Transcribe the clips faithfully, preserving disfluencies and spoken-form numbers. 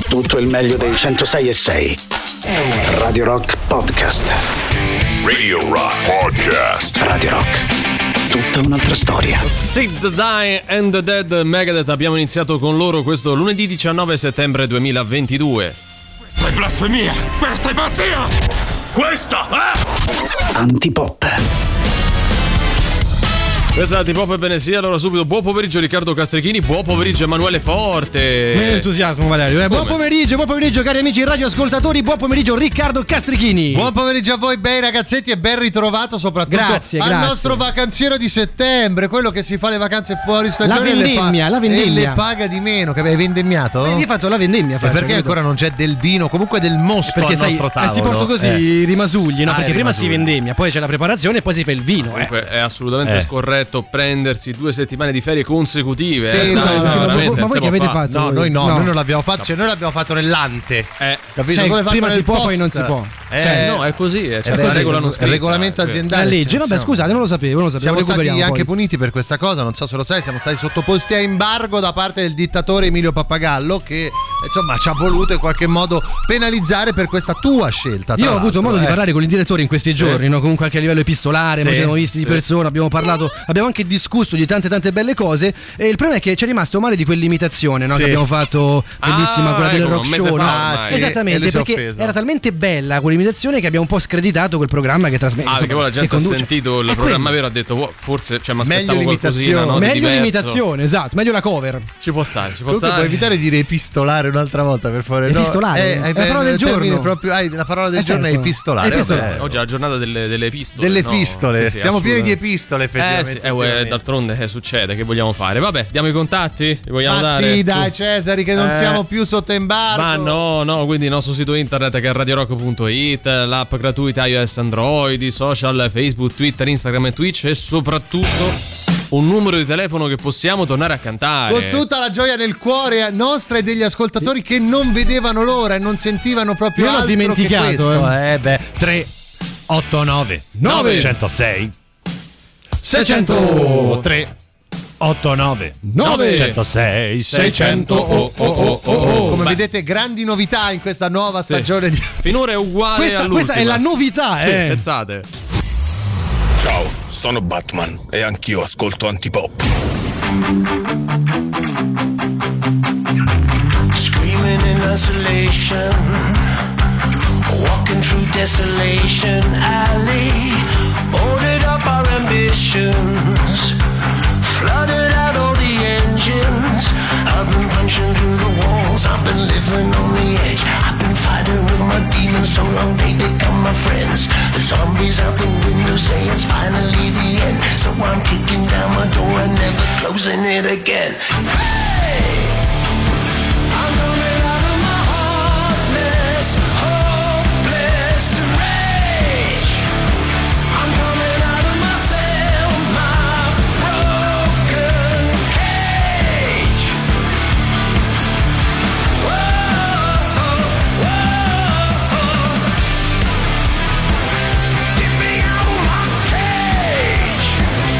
tutto il meglio dei centosei e sei. Radio Rock Podcast. Radio Rock Podcast. Radio Rock. Tutta un'altra storia. Sid the Die and the Dead Megadeth. Abbiamo iniziato con loro questo lunedì diciannove settembre duemilaventidue. Questa è blasfemia! Questa è pazzia! Questa è... Antipop. Questa è Antipop, ebbene sia, allora subito buon pomeriggio Riccardo Castrichini, buon pomeriggio Emanuele Forte. Meno entusiasmo Valerio, eh. Buon pomeriggio, buon pomeriggio cari amici radioascoltatori, buon pomeriggio Riccardo Castrichini. Buon pomeriggio a voi bei ragazzetti e ben ritrovato soprattutto grazie, al grazie. nostro vacanziero di settembre, quello che si fa le vacanze fuori stagione la vendemmia, e le, la vendemmia. e le paga di meno, che hai vendemmiato? Eh, io ho fatto la vendemmia. E faccio, perché capito? ancora non c'è del vino, comunque del mosto perché al sai, nostro tavolo? ti porto così eh. i rimasugli, no? Ah, perché prima si rimasugli. vendemmia, poi c'è la preparazione e poi si fa il vino. Comunque eh. è assolutamente Eh. scorretto prendersi due settimane di ferie consecutive. Sì, eh, no, dai, no, no, veramente, ma non voi si che può avete fare. fatto? No, noi no, No. noi non l'abbiamo fatto, cioè noi l'abbiamo fatto nell'ante. Eh, Capito? Cioè, Come fatto prima nel si può, post. poi non si può. Eh, cioè, no, è così, eh, è c'è questa così, regola non il scritta. regolamento eh. aziendale. La legge, sì, vabbè, siamo- scusate, non lo sapevo, non lo sapevo. Siamo stati recuperiamo anche poi. puniti per questa cosa, non so se lo sai, siamo stati sottoposti a embargo da parte del dittatore Emilio Pappagallo che insomma ci ha voluto in qualche modo penalizzare per questa tua scelta. tra Io ho avuto l'altro, modo eh. di parlare con il direttore in questi Sì. giorni, no? Comunque anche a livello epistolare, Sì, noi ci siamo visti sì. di persona, abbiamo parlato, abbiamo anche discusso di tante tante belle cose e il problema è che ci è rimasto male di quell'imitazione, no? Sì. Che abbiamo fatto bellissima, Ah, quella del ecco, rock un mese show, fa no? ormai. Ah, sì. E Esattamente, lui si è perché offeso. era talmente bella quell'imitazione che abbiamo un po' screditato quel programma che trasmette. Ah, perché poi la gente ha conduce. sentito il È programma quello. vero, ha detto "Wow, forse cioè, mi Meglio aspettavo qualcosina, no, di Meglio diverso." l'imitazione, esatto, meglio la cover. Ci può stare, ci può Comunque stare. puoi evitare di dire epistolare un'altra volta per favore. No, Epistolare? eh, È eh, la parola del il termine giorno. proprio, ah, la parola del Eh, giorno certo. è epistolare. Epistolare. vabbè. Oggi è la giornata delle, delle epistole. Delle no? epistole, Sì, sì, siamo pieni di assolutamente. epistole Eh effettivamente. sì, eh, uè, effettivamente. d'altronde che succede? Che vogliamo fare? Vabbè, diamo i contatti? Li vogliamo Ma dare? sì, dai Su. Cesari, che non Eh. siamo più sotto embargo. Ma no, no, quindi il nostro sito internet che è radiorock punto it, l'app gratuita iOS Android, i social Facebook, Twitter, Instagram e Twitch e soprattutto un numero di telefono che possiamo tornare a cantare. Con tutta la gioia nel cuore nostra e degli ascoltatori che non vedevano l'ora e non sentivano proprio Io l'ho altro dimenticato, che questo. eh. Eh beh, tre otto nove nove centosei seicento tre otto nove nove centosei seicento oh, oh, oh, oh, oh. Come Beh. vedete grandi novità in questa nuova stagione di Finora è uguale Questa, all'ultima. questa è la novità, Sì, eh. pensate. Ciao, sono Batman e anch'io ascolto Antipop. Screaming in isolation, walking through desolation alley, ordered up our ambitions, flooded out all the engines. I've been punching through the walls, I've been living on the edge, I've been fighting with my demons so long they become my friends. The zombies out the window say it's finally the end, so I'm kicking down my door and never closing it again. Hey! I'm coming out of my heartless, hopeless rage. I'm coming out of myself, my broken cage. Whoa, whoa, get me out of my cage.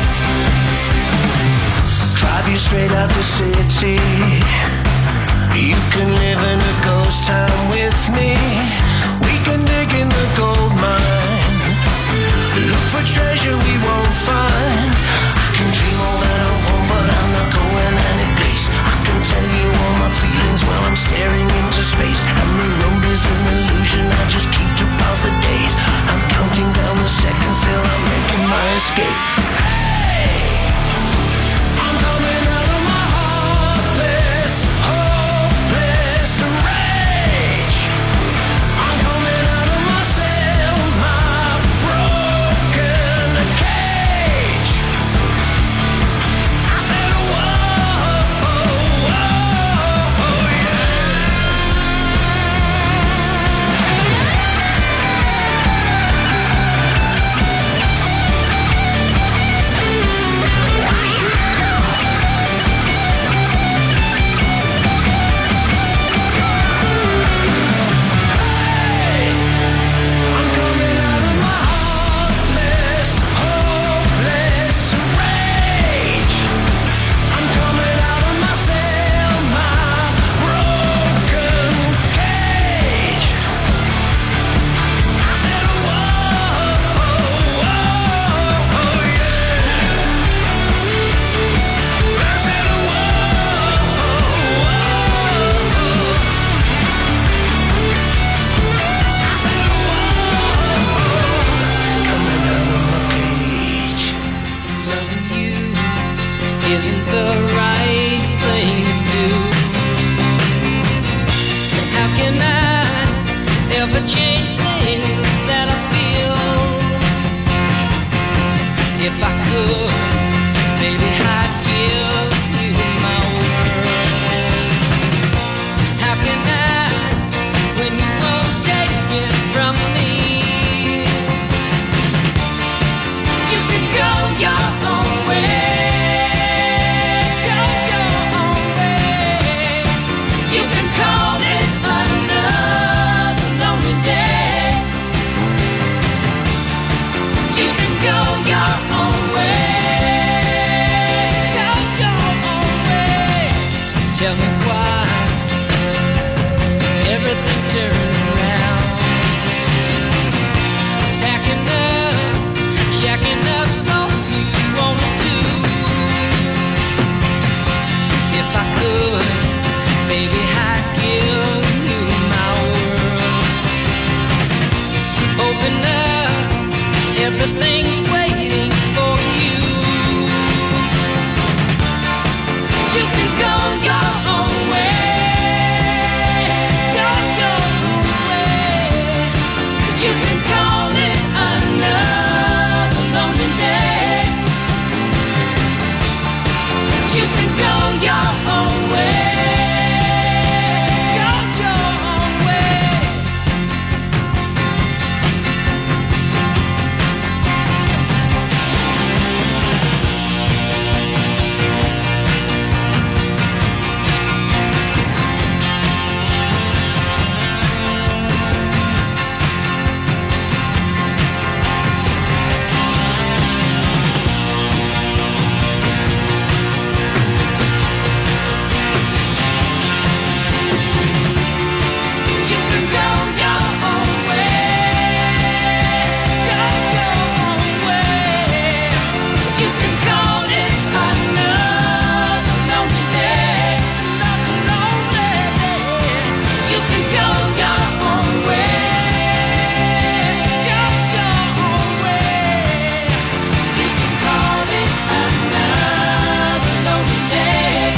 Drive you straight out the city. You can live in a ghost town with me. We can dig in the gold mine. Look for treasure we won't find. I can dream all that I want, but I'm not going any place. I can tell you all my feelings while I'm staring into space. And the road is an illusion, I just keep to pass the days. I'm counting down the seconds till I'm making my escape. Hey! I'm coming out of my heartless, hopeless rage. I'm coming out of myself, my broken cage. I said, whoa, whoa, yeah. can I ever change things that I feel? If I could, baby, I'd give you my world. How can I, when you won't take it from me? You can go your own way, go your own way. You can call it another lonely day. You can go your own way, go your own way. Tell me why everything turned around. Packing up, jacking up, so you wanna do. If I could, baby, I'd give you my world. Open up, everything's waiting for you. You can go your own way, go your own way. You can call it another lonely day. You can go your own way, go your own way. You can go your own way, go your own way. You can call it another lonely day, another lonely day. You can go your own way, go your own way. You can call it another lonely day.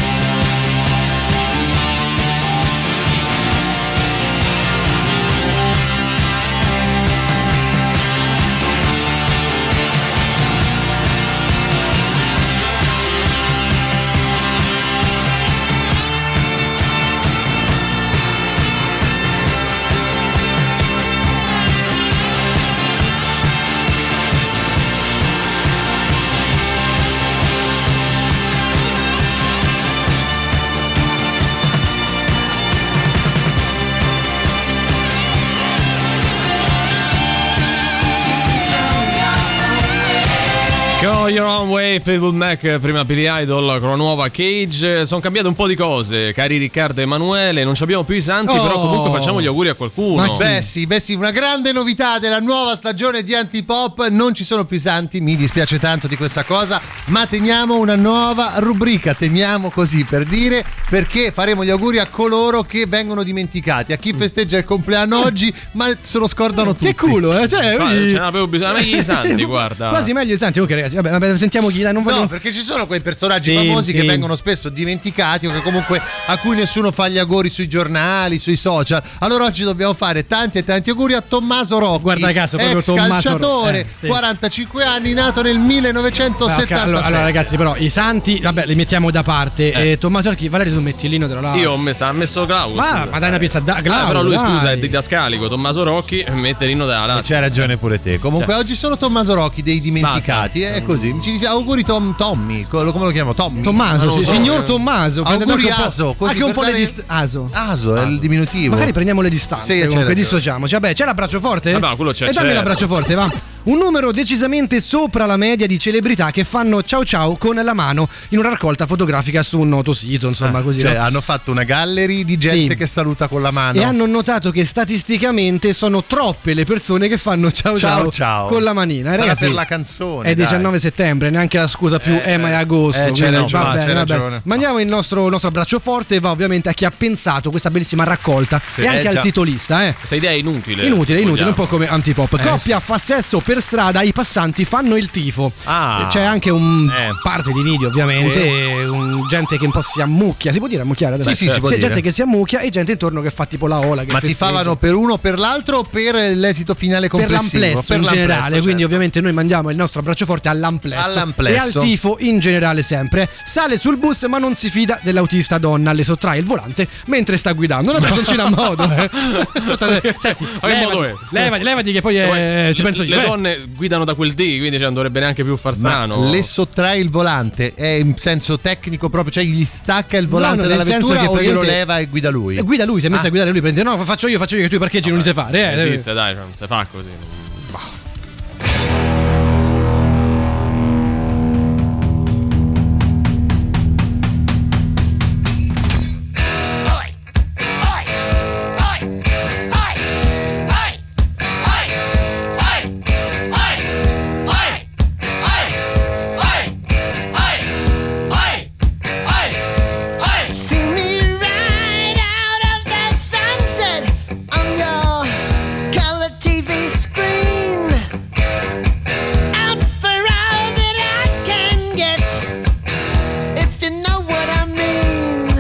Go Your Own Way, Fleetwood Mac, prima Billy Idol con la nuova Cage. Sono cambiate un po' di cose, cari Riccardo e Emanuele. Non ci abbiamo più i santi, Oh. però comunque facciamo gli auguri a qualcuno. Ma chi? Beh sì, beh sì, una grande novità della nuova stagione di Antipop. Non ci sono più i santi, mi dispiace tanto di questa cosa, ma teniamo una nuova rubrica, teniamo così per dire, perché faremo gli auguri a coloro che vengono dimenticati, a chi festeggia il compleanno oggi ma se lo scordano tutti. Che culo, eh? Cioè, Ma vedi? ce n'avevo bisogno, meglio i santi, guarda. Quasi meglio i santi. Ok, ragazzi, vabbè, vabbè, sentiamo chi. Dai, non voglio... No, perché ci sono quei personaggi Sì, famosi sì. che vengono spesso dimenticati o che comunque a cui nessuno fa gli auguri sui giornali, sui social. Allora oggi dobbiamo fare tanti e tanti auguri a Tommaso Rocchi, Guarda caso, proprio ex Tommaso calciatore, Rocchi. Eh, sì. quarantacinque anni, nato nel millenovecentosettantasei. Ah, ok, allora, allora, ragazzi, però i santi, vabbè, li mettiamo da parte. Eh. Tommaso Rocchi, Valerio, tu metti il lino della Io ho messo, ha messo Claudio. Ma, ma dai una pizza da Ah, Claudio, però lui, dai. scusa, è didascalico. Tommaso Rocchi mette l'inno della E Lazio. c'hai ragione pure te. Comunque oggi sono Tommaso Rocchi dei dimenticati, Basta. è così. Ci dispiace. Auguri Tom Tommy, co- come lo chiamo? Tommy. Tommaso, Non lo sì, so, signor eh. Tommaso. Auguri prendete anche un po'- Aso, così anche un per po' le dare- dist- Aso. Aso, è il diminutivo. Magari prendiamo le distanze, Sì, c'hai comunque ragione. dissociamoci. Vabbè, c'è l'abbraccio forte? Vabbè, quello c'è, E dammi certo. l'abbraccio forte, va. Un numero decisamente sopra la media di celebrità che fanno ciao ciao con la mano in una raccolta fotografica su un noto sito, insomma, così. Cioè, no? hanno fatto una gallery di gente Sì. che saluta con la mano. E hanno notato che statisticamente sono troppe le persone che fanno ciao ciao, Ciao, ciao. con la manina. Eh, Sarà ragazzi, per la canzone. è dai. diciannove settembre, neanche la scusa più Eh, eh, ma è agosto. eh, c'hai quindi ragione, va bene, c'hai va bene. ragione. Mandiamo il nostro, nostro abbraccio forte e va ovviamente a chi ha pensato questa bellissima raccolta Sì, e anche eh, al già. titolista. Eh. Questa idea è inutile. Inutile, inutile, vogliamo. un po' come Antipop. Eh, Coppia fa sesso per per strada i passanti fanno il tifo. Ah. C'è anche un Eh. parte di video ovviamente, Sì. un- gente che un po' si ammucchia, si può dire ammucchiare? Sì, sì, si può C'è dire. gente che si ammucchia e gente intorno che fa tipo la ola. Che Ma festeggia. tifavano per uno o per l'altro o per l'esito finale Per complessivo? l'amplesso in l'amplesso, generale, quindi certo. ovviamente noi mandiamo il nostro abbraccio forte all'amplesso, All'amplesso. e al tifo in generale sempre. Sale sul bus ma non si fida dell'autista donna, le sottrae il volante mentre sta guidando. Una personcina a modo. eh. Senti, Ma che modo è? levati, levati che poi eh, ci penso io. Le eh. donne guidano da quel D, quindi cioè, non dovrebbe neanche più far Ma strano. le sottrae il volante è in senso tecnico proprio, cioè gli stacca il volante No, no, dalla nel senso vettura che o glielo praticamente- leva e guida lui? E guida lui, si è messo Ah. a guidare lui, prende, no, faccio io, faccio io che tu i parcheggi non li sai fare. Non Eh. esiste, dai, cioè, non si fa così. See me right out of the sunset on your color T V screen. Out for all that I can get, if you know what I mean.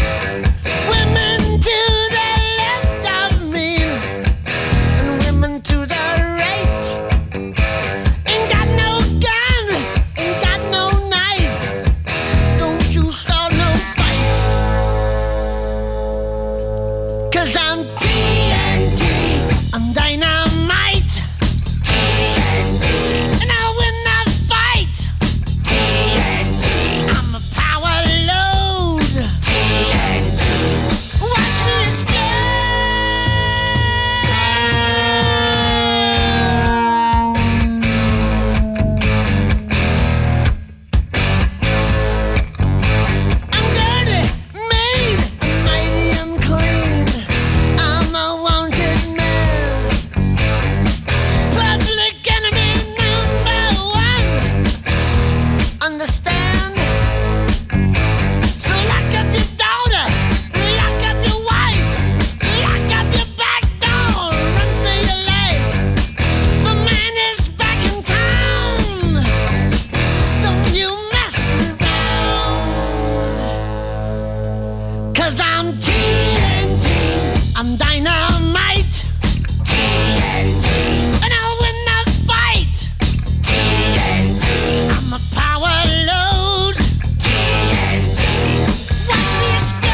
Women to the left of me, and women to the right. Ain't got no gun, ain't got no knife. Don't you start no fight. Cause I'm T N T, I'm dynamite. T N T, and I'll win the fight. T N T, I'm a power load. T N T, watch me explode. I'm dirty, made, and mighty unclean. I'm a wanted man. Public enemy number one. Understand? So lock up your daughter, lock up your wife, lock up your back door, run for your life. The man is back in town. So don't you mess me around. Cause I'm T N T, I'm dynamite. T N T, and I'll win the fight. T N T, I'm a power load. T N T, watch me explode.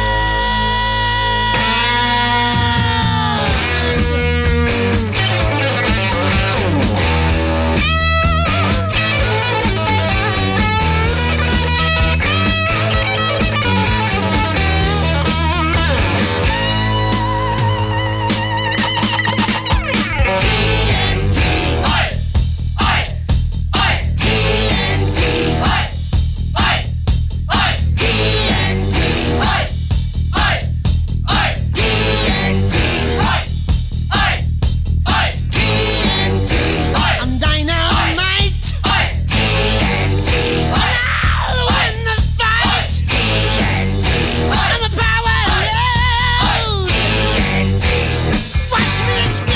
T N T, oi, oi, oi. T N T, oi, oi, oi. T N T, oi, oi, oi. T N T, oi, oi, oi. T N T, oi. I'm dynamite. Oi. T N T, oi. I'll win the fight. T N T, oi. I'm a power load. T N T, watch me explode.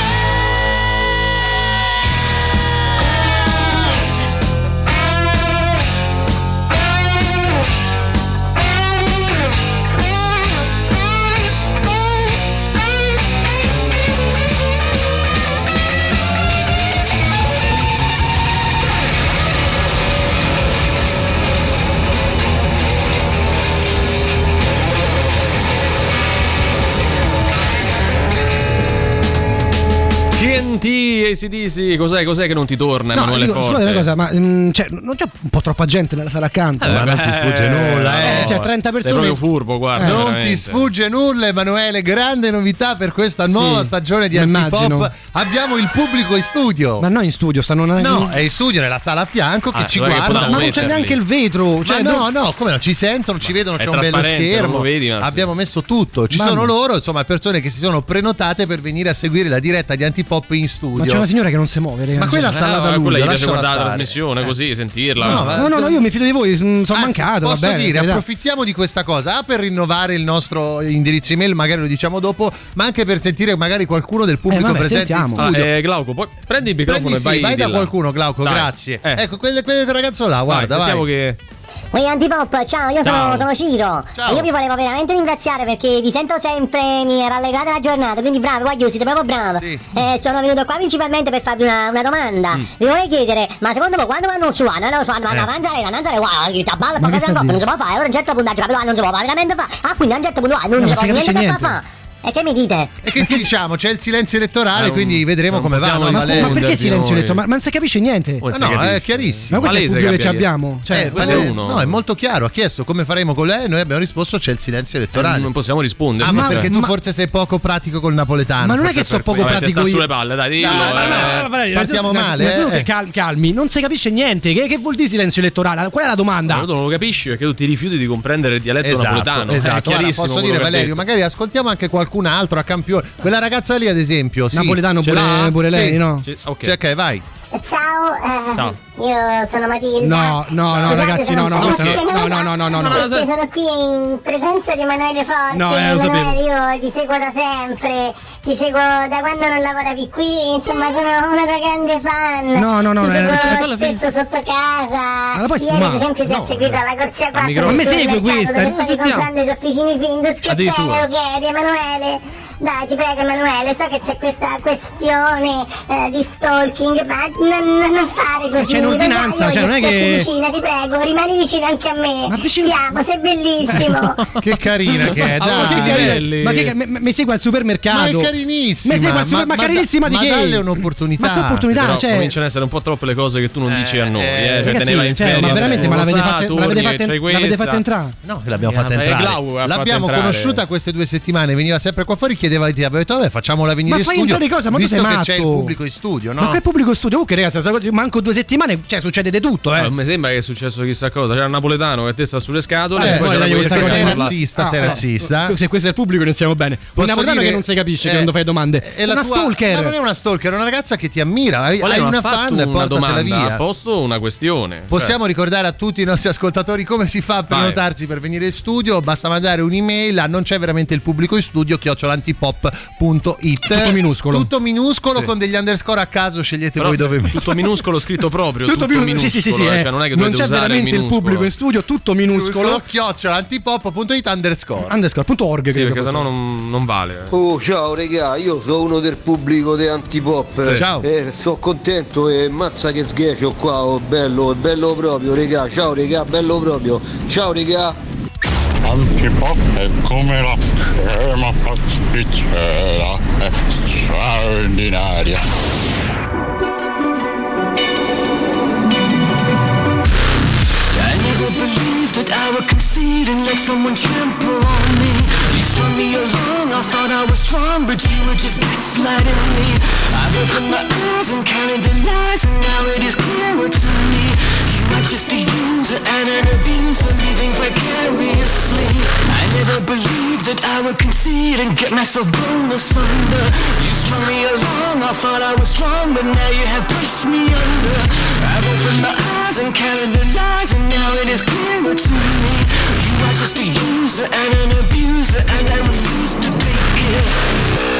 T N T, A C D C, cos'è, cos'è che non ti torna, No, Emanuele dico, Forte? scusate una cosa, ma mm, cioè, non c'è un po' troppa gente nella sala accanto? Eh, Ma non beh, ti sfugge nulla, eh. Cioè, trenta Sei persone. proprio furbo, guarda. Non veramente. ti sfugge nulla, Emanuele. Grande novità per questa nuova Sì, stagione di lo Antipop. immagino. Abbiamo il pubblico in studio. Ma no, in studio stanno. No, è in studio nella sala a fianco che Ah, ci allora che guarda. potevamo ma non c'è metterli. neanche il vetro. Cioè, Ma no, no, come no? Ci sentono, ci vedono, È c'è un bello trasparente, schermo. non lo vedi, ma sì. Abbiamo messo tutto. Ci Ma sono no. loro, insomma, persone che si sono prenotate per venire a seguire la diretta di Antipop in in studio. Ma c'è una signora che non si muove, ragazzi. Ma quella sta là da Ah, luglio, quella gli piace lasciala guardare la stare. trasmissione così, sentirla. No, No, ma- No, no, no, io mi fido di voi, sono Anzi, mancato. posso va bene, dire, carità. approfittiamo di questa cosa, ah, per rinnovare il nostro indirizzo email, magari lo diciamo dopo, ma anche per sentire magari qualcuno del pubblico Eh, vabbè, presente in sentiamo. Ah, studio. eh, Glauco, poi prendi il microfono Prendi, e vai, sì, vai di da là. qualcuno, Glauco, Dai. grazie. Eh. Ecco, quel, quel ragazzo là, guarda, vai, sentiamo vai. che Oi Antipop, ciao, io Ciao. sono, sono Ciro. Ciao. E io vi volevo veramente ringraziare perché vi sento sempre, mi rallegrate la giornata, quindi bravo, voglio, siete proprio bravo. Sì. Eh, sono venuto qua principalmente per farvi una, una domanda. Mm. Vi vorrei chiedere, ma secondo voi quando vanno su, vanno su, vanno Eh. a mangiare, a mangiare, guarda, che balla, Ma poco che tempo, sta non a si può fare, ora a un certo punto, ah, non si può veramente fare. Ah, quindi a un certo punto ah, non No, si non può si niente capisce per niente. fare. E che mi dite? E che ti diciamo? C'è il silenzio elettorale, Eh, quindi vedremo non come va. possiamo No, Ma, Valerio? ma perché risponderti silenzio noi. letto? Ma, ma non si capisce niente. Oh, Ma si no, capisce. è chiarissimo. Ma questo è il Palese pubblico che che ci abbia- abbiamo. Cioè, Eh, questo Valerio- è uno. No, è molto chiaro. Ha chiesto come faremo con lei, noi abbiamo risposto c'è il silenzio Eh, elettorale. non possiamo rispondere. Ah, ma Ma- perché tu ma- forse sei poco pratico col napoletano. Ma non è forse che so per poco quello. Vabbè, te pratico sta io. sulle palle, dai, dillo. Dai, eh. dai, dai, Valerio, partiamo innanzitutto- male, innanzitutto eh. che cal- calmi, non si capisce niente. Che, che vuol dire silenzio elettorale? Qual è la domanda? Ma tu non lo capisci perché tu ti rifiuti di comprendere il dialetto Esatto, napoletano. È esatto. Ora, chiarissimo posso quello dire, che ha Valerio, detto. magari ascoltiamo anche qualcun altro a campione. Quella ragazza lì, ad esempio, sì. Napoletano Ce pure, l'ha? pure lei, Sì. no? Sì, ok. Cioè, ok, vai. Ciao, eh, Ciao. io sono Matilda. No, no, no, Scusate, ragazzi, sono no, no, un po' questa no, emozionata, no, no, no, no, no. Perché sono qui in presenza di Emanuele Forte. No, eh, lo Emanuele, sapevo. io ti seguo da sempre, ti seguo da quando non lavoravi qui, insomma sono una tua grande fan. No, no, no, ti eh, seguo eh, falla spesso sotto casa. Ma la puoi Ieri ad fumare? esempio ti ho No, seguito alla corsia quattro microfono. Ma mi del segue supermercato questa, dove non stavi sentiamo. comprando i sofficini Findus. Che te Addirittura. lo chiedi, Emanuele? Dai, ti prego Emanuele, so che c'è questa questione eh, di stalking, ma non, non- non fare così. C'è un'ordinanza, Dai, cioè, non è io che- sto vicina, ti prego, rimani vicino anche a me. Ma vicino- Ti amo, sei bellissimo. Che carina che è, Ah, dai. questi Ma che- livelli. Ma che mi, mi segue al supermercato? Ma è carinissima. Mi segue al super- ma, ma- carinissima di ma che? dalle un'opportunità. Ma che opportunità? Però Cioè, cominciano ad essere un po' troppe le cose che tu non dici a noi, eh, cioè te ragazzi, ne vai in cioè, ferie, ma veramente, ma l'avete fatta, Saturni, l'avete fatta, c'hai l'avete questa. fatta entrare? No, che l'abbiamo Eh, fatta vabbè, entrare. Glau ha fatto L'abbiamo entrare. conosciuta queste due settimane, veniva sempre qua fuori, chiedeva di te, avevo detto vabbè facciamola venire Ma in fai studio. entrare cosa? Ma tu visto sei che matto. c'è il pubblico in studio, no? Ma che pubblico studio? Ok, ragazzi, manco due settimane, cioè succede di tutto, eh. Non mi sembra che è successo chissà cosa. C'era un napoletano che a te sta sulle scatole Eh, e poi poi c'era dai, questa questa che sei parla- razzista, sei Ah, eh. razzista. Se questo è il pubblico iniziamo bene. Un Posso napoletano dire- che non si capisce eh, quando fai domande. è la una tua- stalker. Ma non è una stalker, è una ragazza che ti ammira. Hai, Ma lei hai non una ha fatto fan, una portatela domanda, via. ha posto una questione. Possiamo ricordare a tutti i nostri ascoltatori come si fa a Vai. prenotarsi per venire in studio? Basta mandare un'email a non c'è veramente il pubblico in studio chiocciolanti-pop punto it. Tutto minuscolo. Tutto minuscolo Sì. con degli underscore a caso, scegliete Però voi dove tutto mettere. minuscolo scritto proprio, tutto, Tutto minuscolo. minuscolo, Sì, sì, sì, sì, eh, eh. cioè non è che non dovete c'è usare veramente il, minuscolo. pubblico in studio, tutto minuscolo. Minuscolo chiocciolanti-pop punto it underscore. Underscore punto org. Sì, credo perché fosse. sennò non, non vale. Oh ciao regà, io sono uno del pubblico di Antipop. Sì. Ciao. Eh, sono contento e mazza che sghecio qua, oh, bello, bello proprio regà, ciao regà, bello proprio. Ciao regà. Antipop è come la crema pasticcera, è straordinaria. I never believed that I would concede and let someone trample on me. You strung me along, I thought I was strong, but you were just gaslighting me. I've opened my eyes and counted the lies, and now it is clearer to me. You are just a user and an abuser, living vicariously. I never believed that I would concede and get myself blown asunder. You strung me along, I thought I was strong, but now you have pushed me under. I've opened my eyes and counted the lies, and now it is clearer to me. You are just a user and an abuser, and I refuse to take it.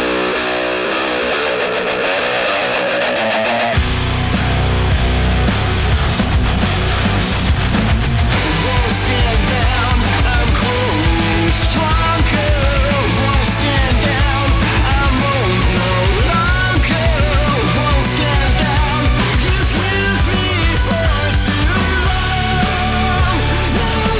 Won't stand down, I'm cold, stronger. Won't stand down, I'm old no longer. Won't stand down, you've used me for too long. No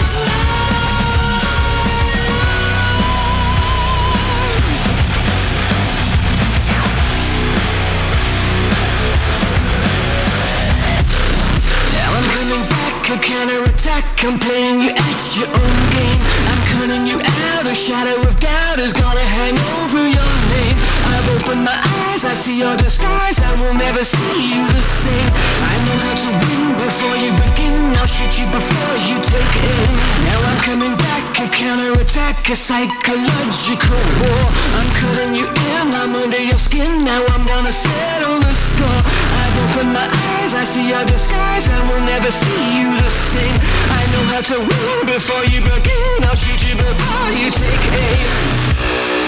Now I'm coming back, a counter-attack. I'm playing you at your own game. I'm cutting you out, a shadow of doubt is gonna hang over your name. I've opened my eyes, I see your disguise, I will never see you the same. I know how to win before you begin, I'll shoot you before you take aim. Now I'm coming back, a counter-attack, a psychological war. I'm cutting you in, I'm under your skin, Now I'm gonna settle the score. I've opened my eyes, I see your disguise. I will never see you the same. I know how to win before you begin. I'll shoot you before you take aim.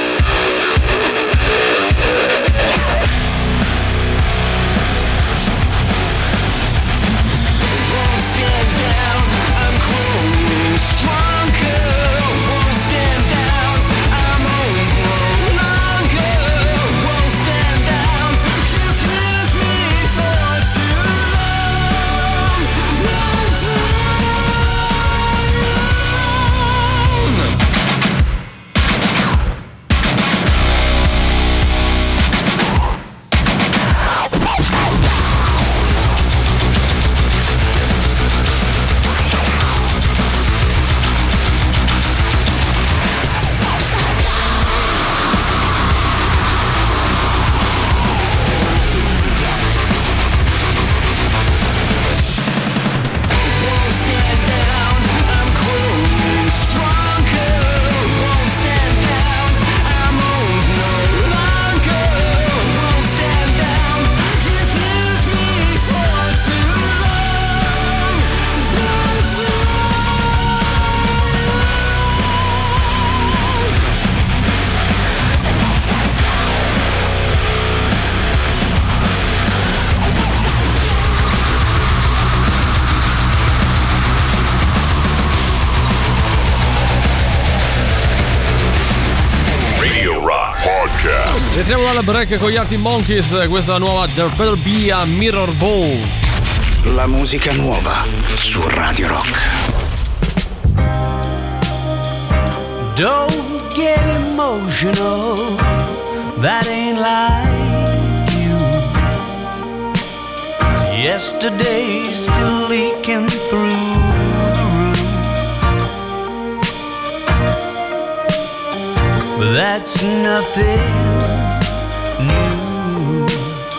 Won't stand down, I'm growing stronger. Won't stand down, I'm old no longer. Won't stand down, you've used me for too long. Won't Entriamo dalla break con gli Arctic Monkeys, questa nuova There Better Be a Mirror Ball. La musica nuova su Radio Rock. Don't get emotional, that ain't like you. Yesterday's still leaking through the roof, but that's nothing new.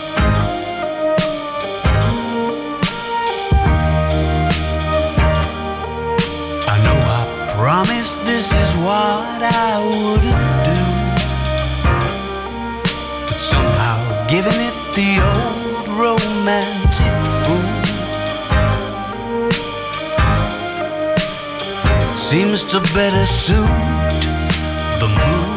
I know I promised this is what I wouldn't do, but somehow giving it the old romantic fool seems to better suit the mood.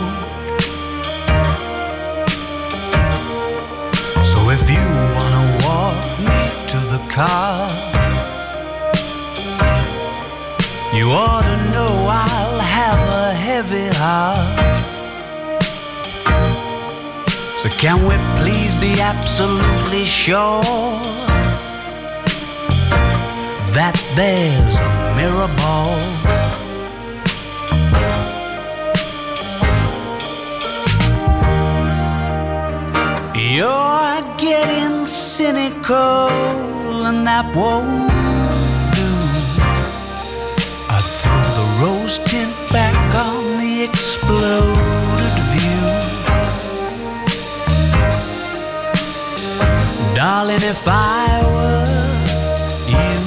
So if you wanna walk me to the car, you ought to know I'll have a heavy heart. So can we please be absolutely sure that there's a mirror ball? You're getting cynical and that won't do. I'd throw the rose tint back on the exploded view. Darling, if I were you,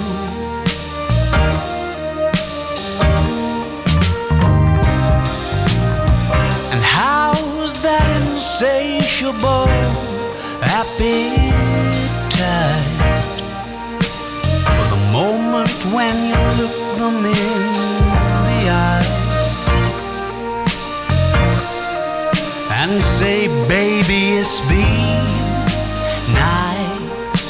and how's that insatiable appetite for the moment when you look them in the eye and say, baby, it's been nice.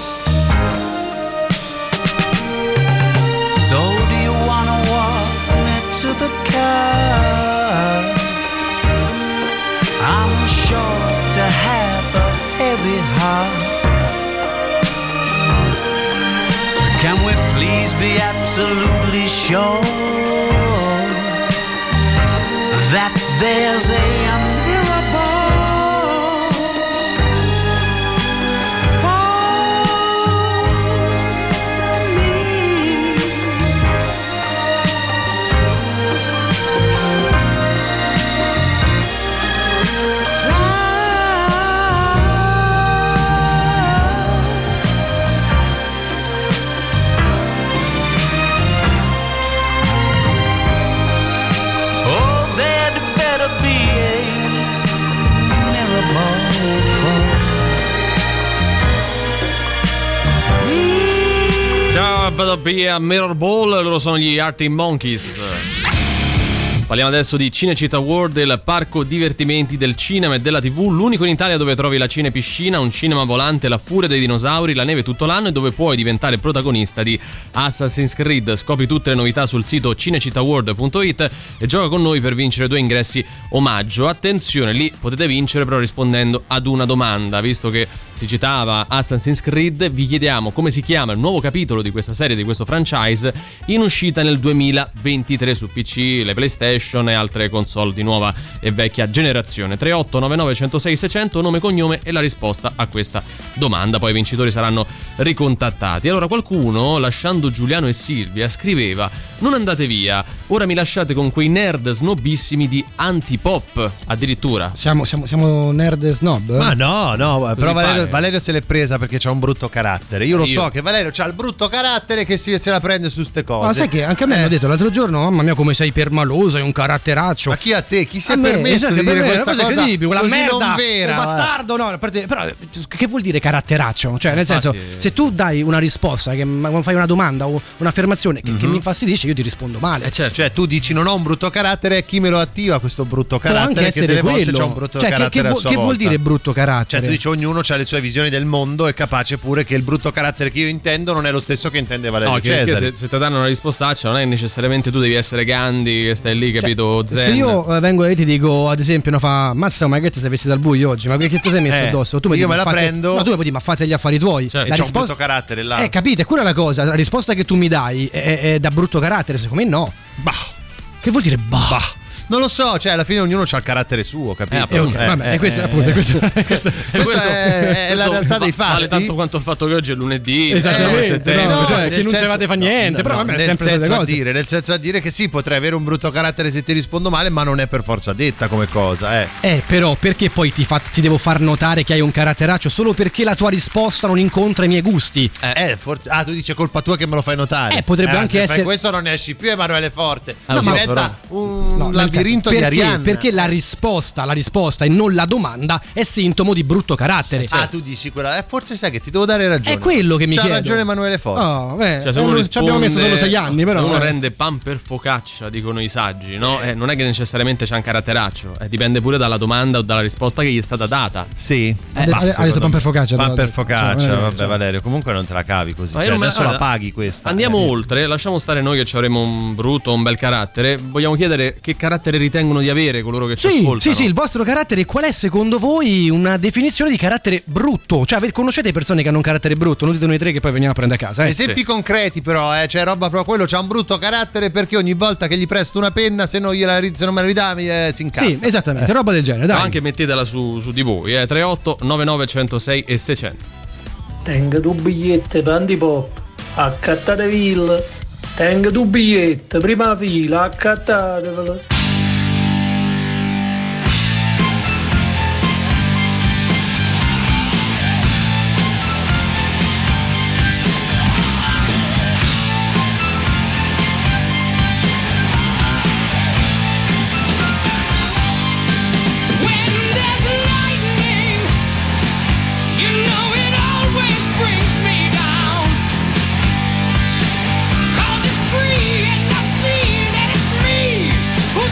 So do you wanna walk me to the car? I'm sure to have a heavy heart. So can we please be absolutely sure that there's a mirror ball for me? Oh, there'd better be a Better Be a Mirror Ball, loro sono gli Arctic Monkeys. Parliamo adesso di Cinecittà World, il parco divertimenti del cinema e della tivù, l'unico in Italia dove trovi la cinepiscina, un cinema volante, la furia dei dinosauri, la neve tutto l'anno e dove puoi diventare protagonista di Assassin's Creed. Scopri tutte le novità sul sito cinecittàworld punto it e gioca con noi per vincere due ingressi omaggio. Attenzione, lì potete vincere però rispondendo ad una domanda. Visto che si citava Assassin's Creed, vi chiediamo come si chiama il nuovo capitolo di questa serie, di questo franchise, in uscita nel duemilaventitré su P C, le PlayStation e altre console di nuova e vecchia generazione. Tre otto nove nove uno zero sei sei zero zero, nome, cognome e la risposta a questa domanda. Poi i vincitori saranno ricontattati. Allora qualcuno, lasciando Giuliano e Silvia, scriveva: non andate via, ora mi lasciate con quei nerd snobissimi di antipop. Addirittura siamo, siamo, siamo nerd snob? Ma no, no, Così però Valerio, pare. Valerio se l'è presa perché c'ha un brutto carattere. Io lo Io. so che Valerio c'ha il brutto carattere che si, se la prende su ste cose. Ma sai che anche a me Eh. hanno detto l'altro giorno: mamma mia, come sei permaloso, hai un caratteraccio. Ma chi a te? Chi si è A me, permesso esatto, di per dire me è questa una cosa cosa incredibile, quella così merda, non vera? quel bastardo, no, a parte- però che vuol dire caratteraccio? Cioè, nel Infatti- senso, se tu dai una risposta, che ma- fai una domanda o un'affermazione che, che mi infastidisce, io ti rispondo male. eh certo. Cioè tu dici non ho un brutto carattere e chi me lo attiva questo brutto Può anche carattere che essere delle volte quello. c'ha un brutto Cioè, che, carattere che, a vuol- sua che vuol volta. dire brutto carattere? Cioè tu dici ognuno ha le sue visioni del mondo, è capace pure che il brutto carattere che io intendo non è lo stesso che intende Valerio No, che, che Cesare. se, se ti danno una rispostaccia non è necessariamente tu devi essere Gandhi che stai lì, capito, zen. Se io eh, vengo e ti dico, ad esempio, no, fa mazza, ma che ti sei vestito al buio oggi? Ma che ti sei messo Eh, addosso? Tu mi io dici, me la fate- prendo. No, tu mi puoi dire, ma fate gli affari tuoi. Certo. E c'ha un brutto carattere là. Eh, capite, quella è la cosa. La risposta che tu mi dai è, è- è da brutto carattere, secondo me no. Bah, Che vuol dire bah? bah. Non lo so, cioè alla fine ognuno ha il carattere suo, capito? Eh, Eh, appunto. ok, vabbè, e questo, appunto, questo, questo- Questa questo- è, è la questo realtà dei va- fatti. Vale tanto quanto il fatto che oggi è lunedì, Esattamente, nove settembre. no, cioè, nel che non senso- c'avete fa niente, no, però no, vabbè, è nel sempre senso delle a cose. dire, nel senso a dire che sì, potrei avere un brutto carattere se ti rispondo male, ma non è per forza detta come cosa, eh. Eh, però perché poi ti, fa- ti devo far notare che hai un caratteraccio solo perché la tua risposta non incontra i miei gusti? Eh, forse, ah, tu dici è colpa tua che me lo fai notare. Eh, potrebbe anche se fai essere- questo non ne esci più, Emanuele Forte. Ah, lo so, diventa un No, nel labirinto senso, di perché, Arianna. perché la risposta, la risposta e non la domanda è sintomo di brutto carattere. Ah, tu dici quella. Eh, forse sai che ti devo dare ragione. È quello che mi C'ha chiedo. ragione Emanuele Forte. Oh, beh, Cioè, se eh, uno non- ci risponde, abbiamo messo solo sei anni, però. se uno eh. rende pan per focaccia, dicono i saggi, no? Eh, non è che necessariamente c'ha un caratteraccio, eh, dipende pure dalla domanda o dalla risposta che gli è stata data. Sì. Ha de- ha detto pan per focaccia. Pan però. per focaccia, Cioè, vabbè cioè, Valerio, comunque non te la cavi così. Ma io Cioè, non me- adesso la guarda, paghi questa. Andiamo Eh, sì. oltre, lasciamo stare noi che ci avremo un brutto o un bel carattere. Vogliamo chiedere che carattere ritengono di avere coloro che ci Sì, ascoltano. sì, sì, il vostro carattere, qual è secondo voi una definizione di carattere brutto? Cioè, ave- conoscete persone che hanno un carattere brutto? Non dite noi tre che poi veniamo a prendere a casa, eh? Esempi concreti però, eh, cioè roba proprio quello c'ha un brutto carattere perché ogni volta che gli presto una penna se non, gliela, ri- se non me la ridà mi, eh, si incazza. Sì, esattamente, roba del genere, O dai. anche mettetela su, su di voi, eh. tre otto nove nove uno zero sei e seicento. Tenga tu bigliette per Antipop, accattatevelo. Tenga tu bigliette, prima fila, accattatevelo. Who's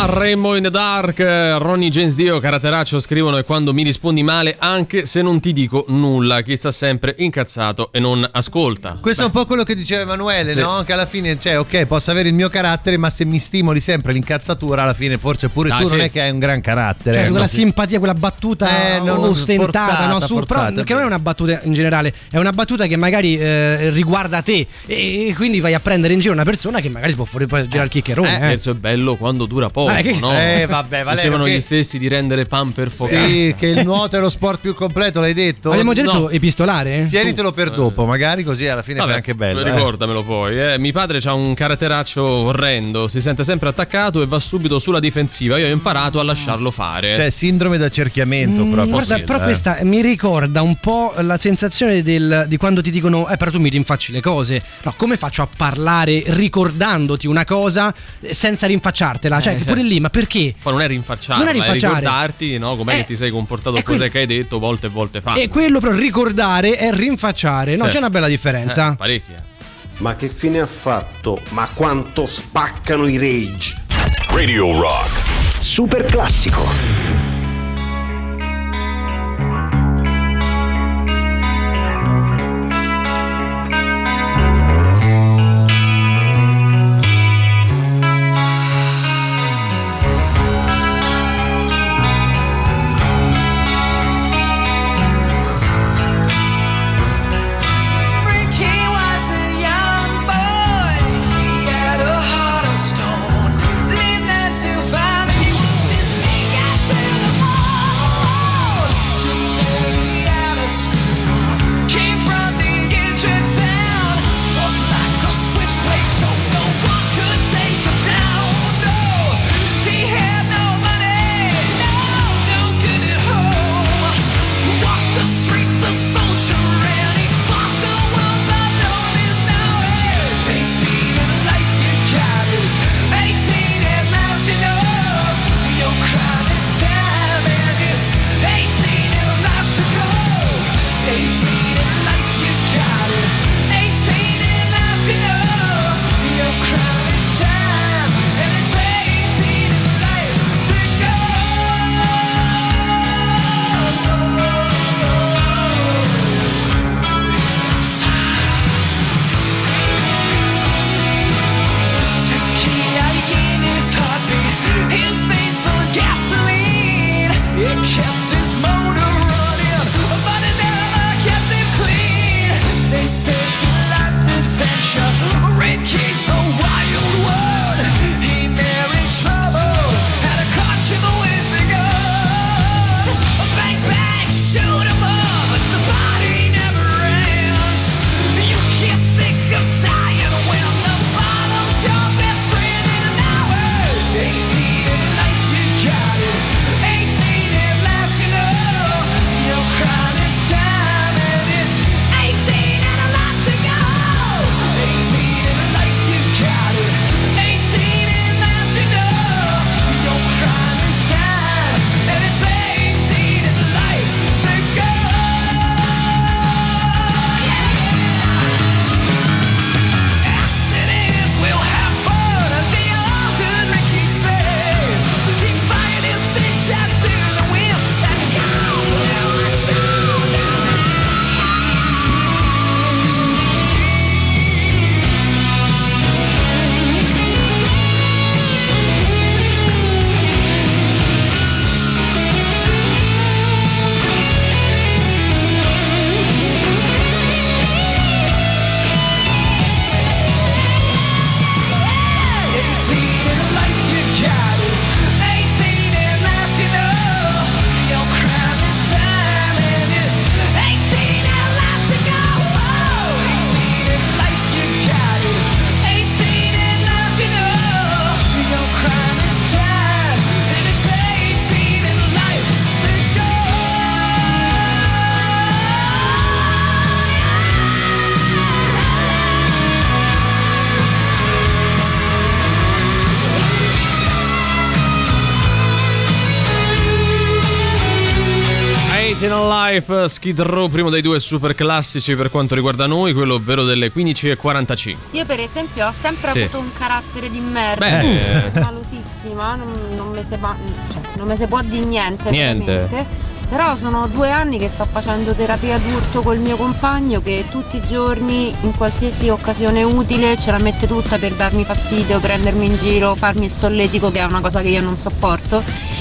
Sanremo in the Dark, Ronnie James Dio, Carateraccio scrivono: e quando mi rispondi male anche se non ti dico nulla, chi sta sempre incazzato e non ascolta. Questo Beh. è un po' quello che diceva Emanuele, Sì. no? Che alla fine, cioè, ok, posso avere il mio carattere, ma se mi stimoli sempre l'incazzatura, alla fine forse pure Dai, tu sì. non è che hai un gran carattere. Cioè, eh, quella no? simpatia, quella battuta Eh, no, no, ostentata, forzata, no? Su, forzata, però, che non è una battuta in generale, è una battuta che magari eh, riguarda te e quindi vai a prendere in giro una persona che magari si può fuori poi girare il chiccherone. Eh, Eh. Questo è bello quando dura poco, Eh, che- no? Eh, vabbè, Valerio, Dicevano che- gli stessi di rendere pan per focaccia. Sì, che il nuoto è lo sport più completo, l'hai detto? Abbiamo già detto No. epistolare? Tienitelo per dopo, magari così alla fine Vabbè, fai anche bello. eh. ricordamelo poi. Eh. Mio padre ha un caratteraccio orrendo, si sente sempre attaccato e va subito sulla difensiva. Io ho imparato a lasciarlo fare. Cioè, sindrome d'accerchiamento Mm, proprio. guarda, sì, però eh. questa mi ricorda un po' la sensazione del, di quando ti dicono eh però tu mi rinfacci le cose. No, come faccio a parlare ricordandoti una cosa eh, senza rinfacciartela? Cioè, Eh, pure certo. lì, ma perché? Poi non è rinfacciarla, Non è rinfacciare. è ricordarti, no, com'è Eh, che ti sei comportato, e cos'è quindi- che hai detto volte e volte fa. E quello però ricordare è rinfacciare. No, Sì. c'è una bella differenza. Eh, parecchia. Ma che fine ha fatto? Ma quanto spaccano i rage? Radio Rock. Super classico. Ricky was a young boy. He had a heart of stone. Lived not to find he walked his big ass down Waiting on Life, Skid Row, primo dei due super classici per quanto riguarda noi, quello ovvero delle quindici e quarantacinque. Io per esempio ho sempre Sì. avuto un carattere di merda, Beh. malosissima, non, non mi si pa- cioè, non mi si può dire niente, Niente. veramente. Però sono due anni che sto facendo terapia d'urto col mio compagno, che tutti i giorni, in qualsiasi occasione utile, ce la mette tutta per darmi fastidio, prendermi in giro, farmi il solletico, che è una cosa che io non sopporto.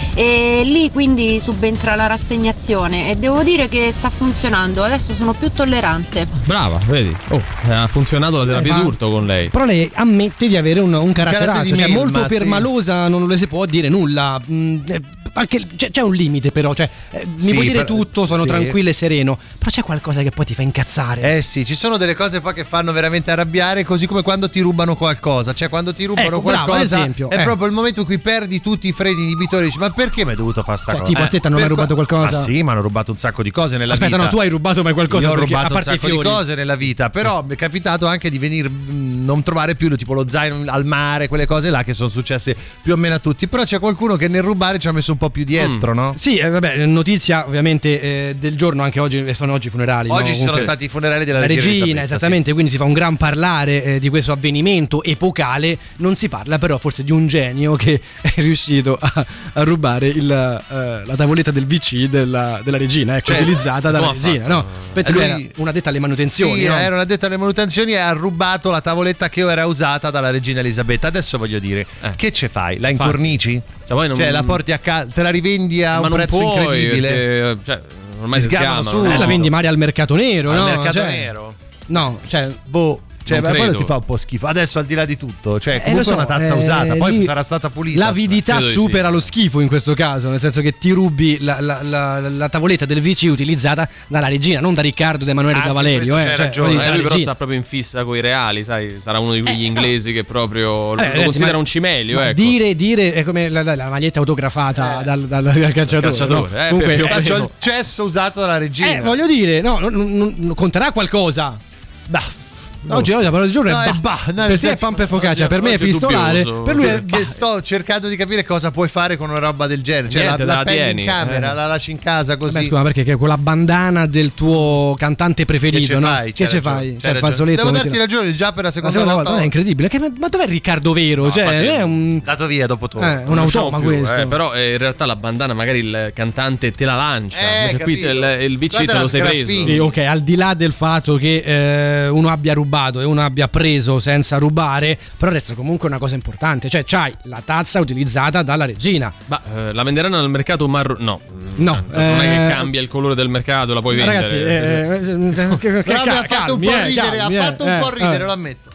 E lì quindi subentra la rassegnazione e devo dire che sta funzionando, adesso sono più tollerante. Brava, vedi? Oh, ha funzionato la terapia ma- d'urto con lei. Però lei ammette di avere un, un caratteraccio, carattere di cioè Milma, molto sì. permalosa, non le si può dire nulla. Mm, eh, anche, c'è, c'è un limite però, cioè, eh, mi Sì, puoi dire per- tutto, sono sì. tranquillo e sereno, però c'è qualcosa che poi ti fa incazzare. Eh sì, ci sono delle cose poi che fanno veramente arrabbiare, così come quando ti rubano qualcosa. Cioè, quando ti rubano Ecco, bravo, qualcosa ad esempio, è eh. proprio il momento in cui perdi tutti i freni inibitori. Dici, ma perché mi hai dovuto fare sta Cioè, cosa? tipo a te ti hanno mai Per rubato qua- qualcosa? Ma sì, mi hanno rubato un sacco di cose nella Aspetta, vita. no, tu hai rubato mai qualcosa? Io ho Perché, rubato a un parte i sacco di fiori. cose nella vita, però mi è capitato anche di venire mh, non trovare più tipo lo zaino al mare, quelle cose là che sono successe più o meno a tutti. Però c'è qualcuno che nel rubare ci ha messo un po' più di estro, no? Sì, eh, vabbè, notizia ovviamente eh, del giorno, anche oggi sono oggi i funerali. Oggi no? ci sono Comunque, stati i funerali della la regina, regina, Elisabetta, esattamente, quindi si fa un gran parlare eh, di questo avvenimento epocale. Non si parla però forse di un genio che è riuscito a, a rubare il, eh, la tavoletta del V C della, della regina, ecco, Cioè, utilizzata dalla come ha regina, fatto? no? Aspetta, Eh, lui lui- era una detta alle manutenzioni, Sì, no? era una detta alle manutenzioni e ha rubato la tavoletta che era usata dalla regina Elisabetta. Adesso voglio dire, Eh. che ce fai? La Infatti. incornici? Cioè, poi non- Cioè, la porti a casa, te la rivendi a Ma un non prezzo puoi, incredibile. perché, cioè, ormai Si si sgamano sgamano. su. Eh, no? la vendi magari al mercato nero, Al no? mercato Cioè, nero. No, cioè, Boh. Cioè, Non ma quello credo. ti fa un po' schifo. Adesso, al di là di tutto, cioè, Eh, comunque lo so, è una tazza eh, usata, poi lì sarà stata pulita. l'avidità Credo di sì. supera lo schifo in questo caso, nel senso che ti rubi la, la- la- la tavoletta del V C utilizzata dalla regina, non da Riccardo De Emanuele Anche da Valerio. questo Eh, c'hai cioè, ragione. voglio Eh, dire, lui la però regina. sta proprio in fissa con i reali, sai, sarà uno di quegli inglesi che proprio lo, Eh, lo ragazzi, considera ma- un cimelio, ma ecco. Dire, dire è come la, la- la maglietta autografata dal, dal- dal calciatore. calciatore, no? eh, Comunque, più o eh, Faccio meno. il cesso usato dalla regina. eh, voglio dire, no, non, non- non- conterà qualcosa. Bah, Oggi oggi la parola di giorno No, è è bah. bah, no, Per nel te è senso- pan per focaccia, per me è oggi è pistolare, dubbioso. per lui è Perché bah. sto cercando di capire cosa puoi fare con una roba del genere. Cioè, Niente, la, la la prendi tieni, in camera, eh. la lasci in casa così. Vabbè, scusa, perché che con la bandana del tuo cantante preferito, Che ce no? fai? Che C'hai ce ragione, fai? c'hai Cioè, il ragione. fazzoletto. Devo metti darti là. ragione, già per la La seconda, seconda volta, volta. ma è incredibile. Che- ma, ma dov'è Riccardo Vero? No, cioè, infatti- è un, Dato via dopo tutto. eh, un Non usciamo automa più, questo. eh, però eh, in realtà la bandana magari il cantante te la lancia. Eh, invece qui capito. il, il V C Guarda te la lo sei preso. sgraffini. Sì, ok, al di là del fatto che eh, uno abbia rubato e uno abbia preso senza rubare, però resta comunque una cosa importante, cioè c'hai la tazza utilizzata dalla regina. Ma eh, la venderanno al mercato marrone? No, No, Nel senso, non è eh, che cambia il colore del mercato, la puoi vendere. Ragazzi, eh, eh, che- che- Però mi ha calmi, fatto un po' eh, ridere, calmi, ha eh, fatto un po' eh, ridere, eh. lo ammetto.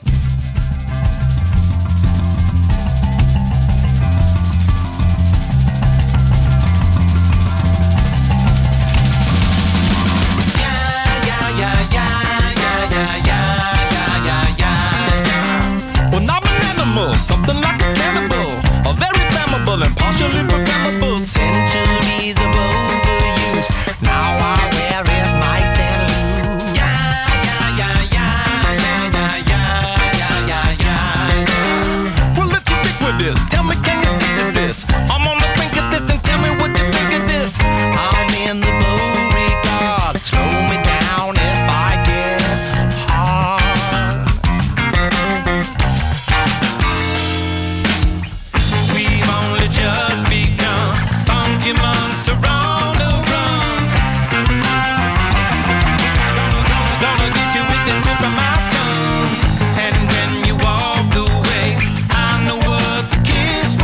Well, I'm an animal, something like a cannibal, a very flammable and partially programmable. Centuries of overuse, now I wear it nice and loose. Yeah, yeah, yeah, yeah, yeah, yeah, yeah, yeah, yeah, yeah. Well, it's ubiquitous. Tell me, can you stick to this? I'm on the brink of this, and tell me what you think of this. I'm in the Beauregard. Slow me down if I get hard. We've only just begun. Funky months are on the run. Gonna, gonna, gonna get you with the tip of my tongue. And when you walk away, I know what the kiss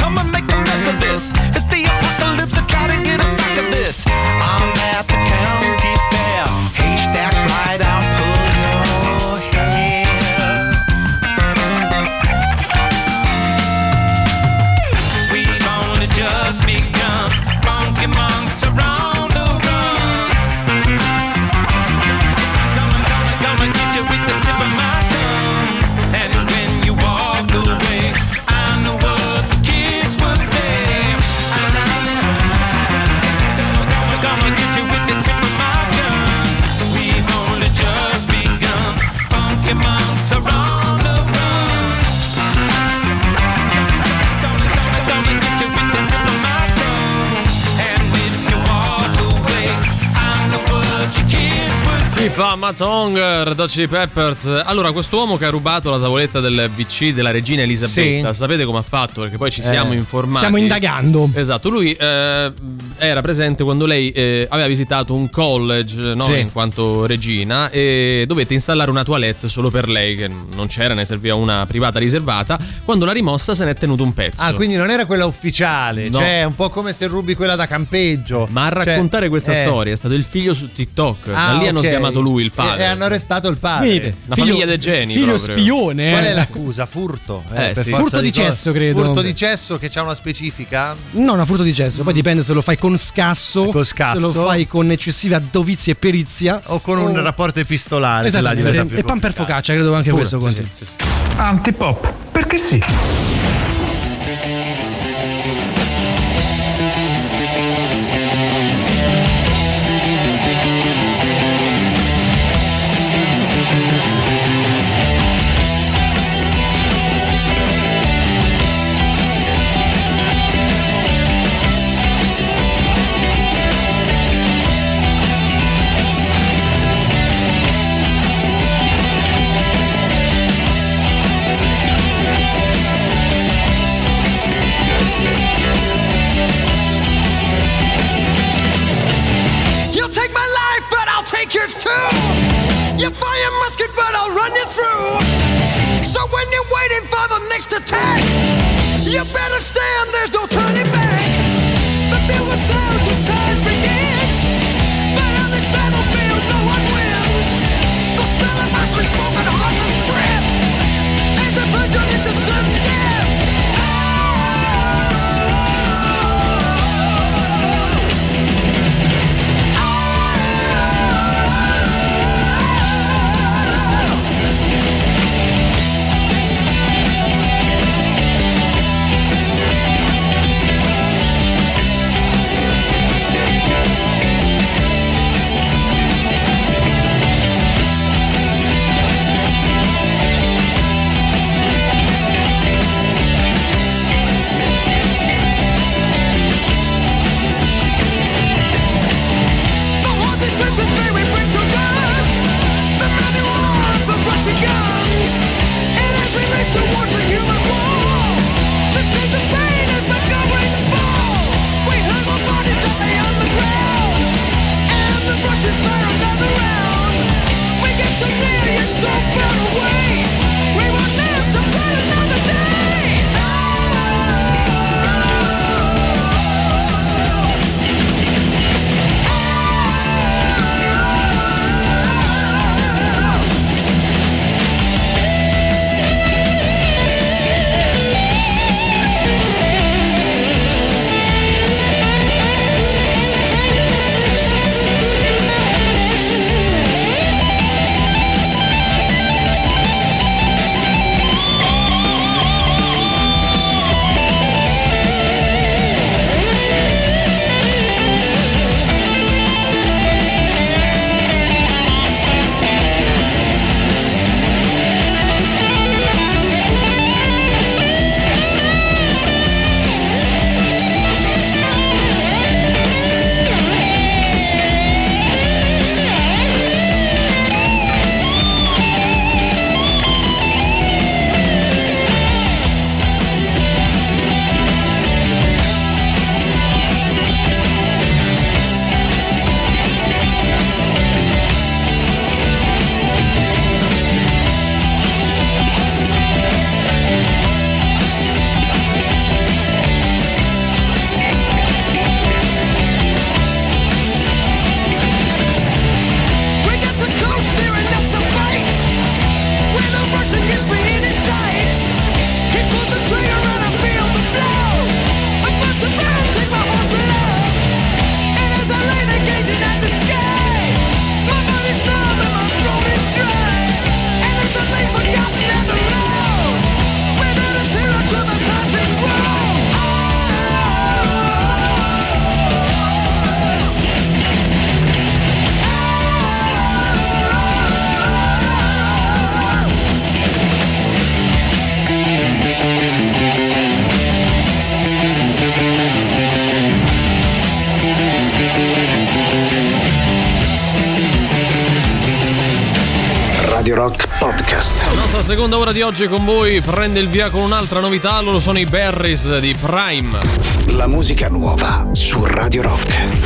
come and make a mess of this. It's the apocalypse, so try to get a sack of this. I'm at the county fair, haystack right out, pull your hair. We've only just begun, funky monks around the run. Gonna, gonna, gonna get you with the tip of my tongue. And when you walk away, I know what the kids would say. I'm gonna, gonna, gonna get you with the tip of my gun. We've only just begun, funky monks around the run. Gonna, gonna, gonna get you with the tip of my tongue. And if you walk away, I know what your kids would say. Tip of my tongue, Red Hot Chili Peppers. Allora, quest'uomo che ha rubato la tavoletta del V C della regina Elisabetta, Sì. sapete come ha fatto? Perché poi ci siamo Eh, informati. Stiamo indagando. Esatto, lui eh, era presente quando lei eh, aveva visitato un college, no? Sì. In quanto regina, e dovette installare una toilette solo per lei, che non c'era, ne serviva una privata riservata. Quando l'ha rimossa se n'è tenuto un pezzo. Ah, quindi non era quella ufficiale, No. cioè un po' come se rubi quella da campeggio. Ma a Cioè, raccontare questa eh. storia è stato il figlio su TikTok. Ah, da lì hanno ok. schiamato lui, il padre. E, e hanno arrestato il padre. Quindi, Una famiglia dei geni Figlio proprio. spione. Qual eh. è l'accusa? Furto? Eh, per sì. forza Furto di cose. cesso, credo. Furto di cesso che c'ha una specifica? No, una furto di cesso. Poi dipende se lo fai con scasso, Con scasso. se lo fai con eccessiva dovizia e perizia, O con un rapporto epistolare? se la Esattamente. diventa più E pan per complicata. focaccia, credo anche Pure, questo sì, conti. sì, sì. Antipop, perché sì. You'll take my life, but I'll take yours too. You fire your musket, but I'll run you through. So when you're waiting for the next attack, you better stand, there's no turning back. The bugle sounds, the time begins. But on this battlefield, no one wins. The smell of ice smoke and horse's breath as they put you into sudden death. seconda ora di oggi con voi prende il via con un'altra novità, loro sono i Berries di Prime. La musica nuova su Radio Rock.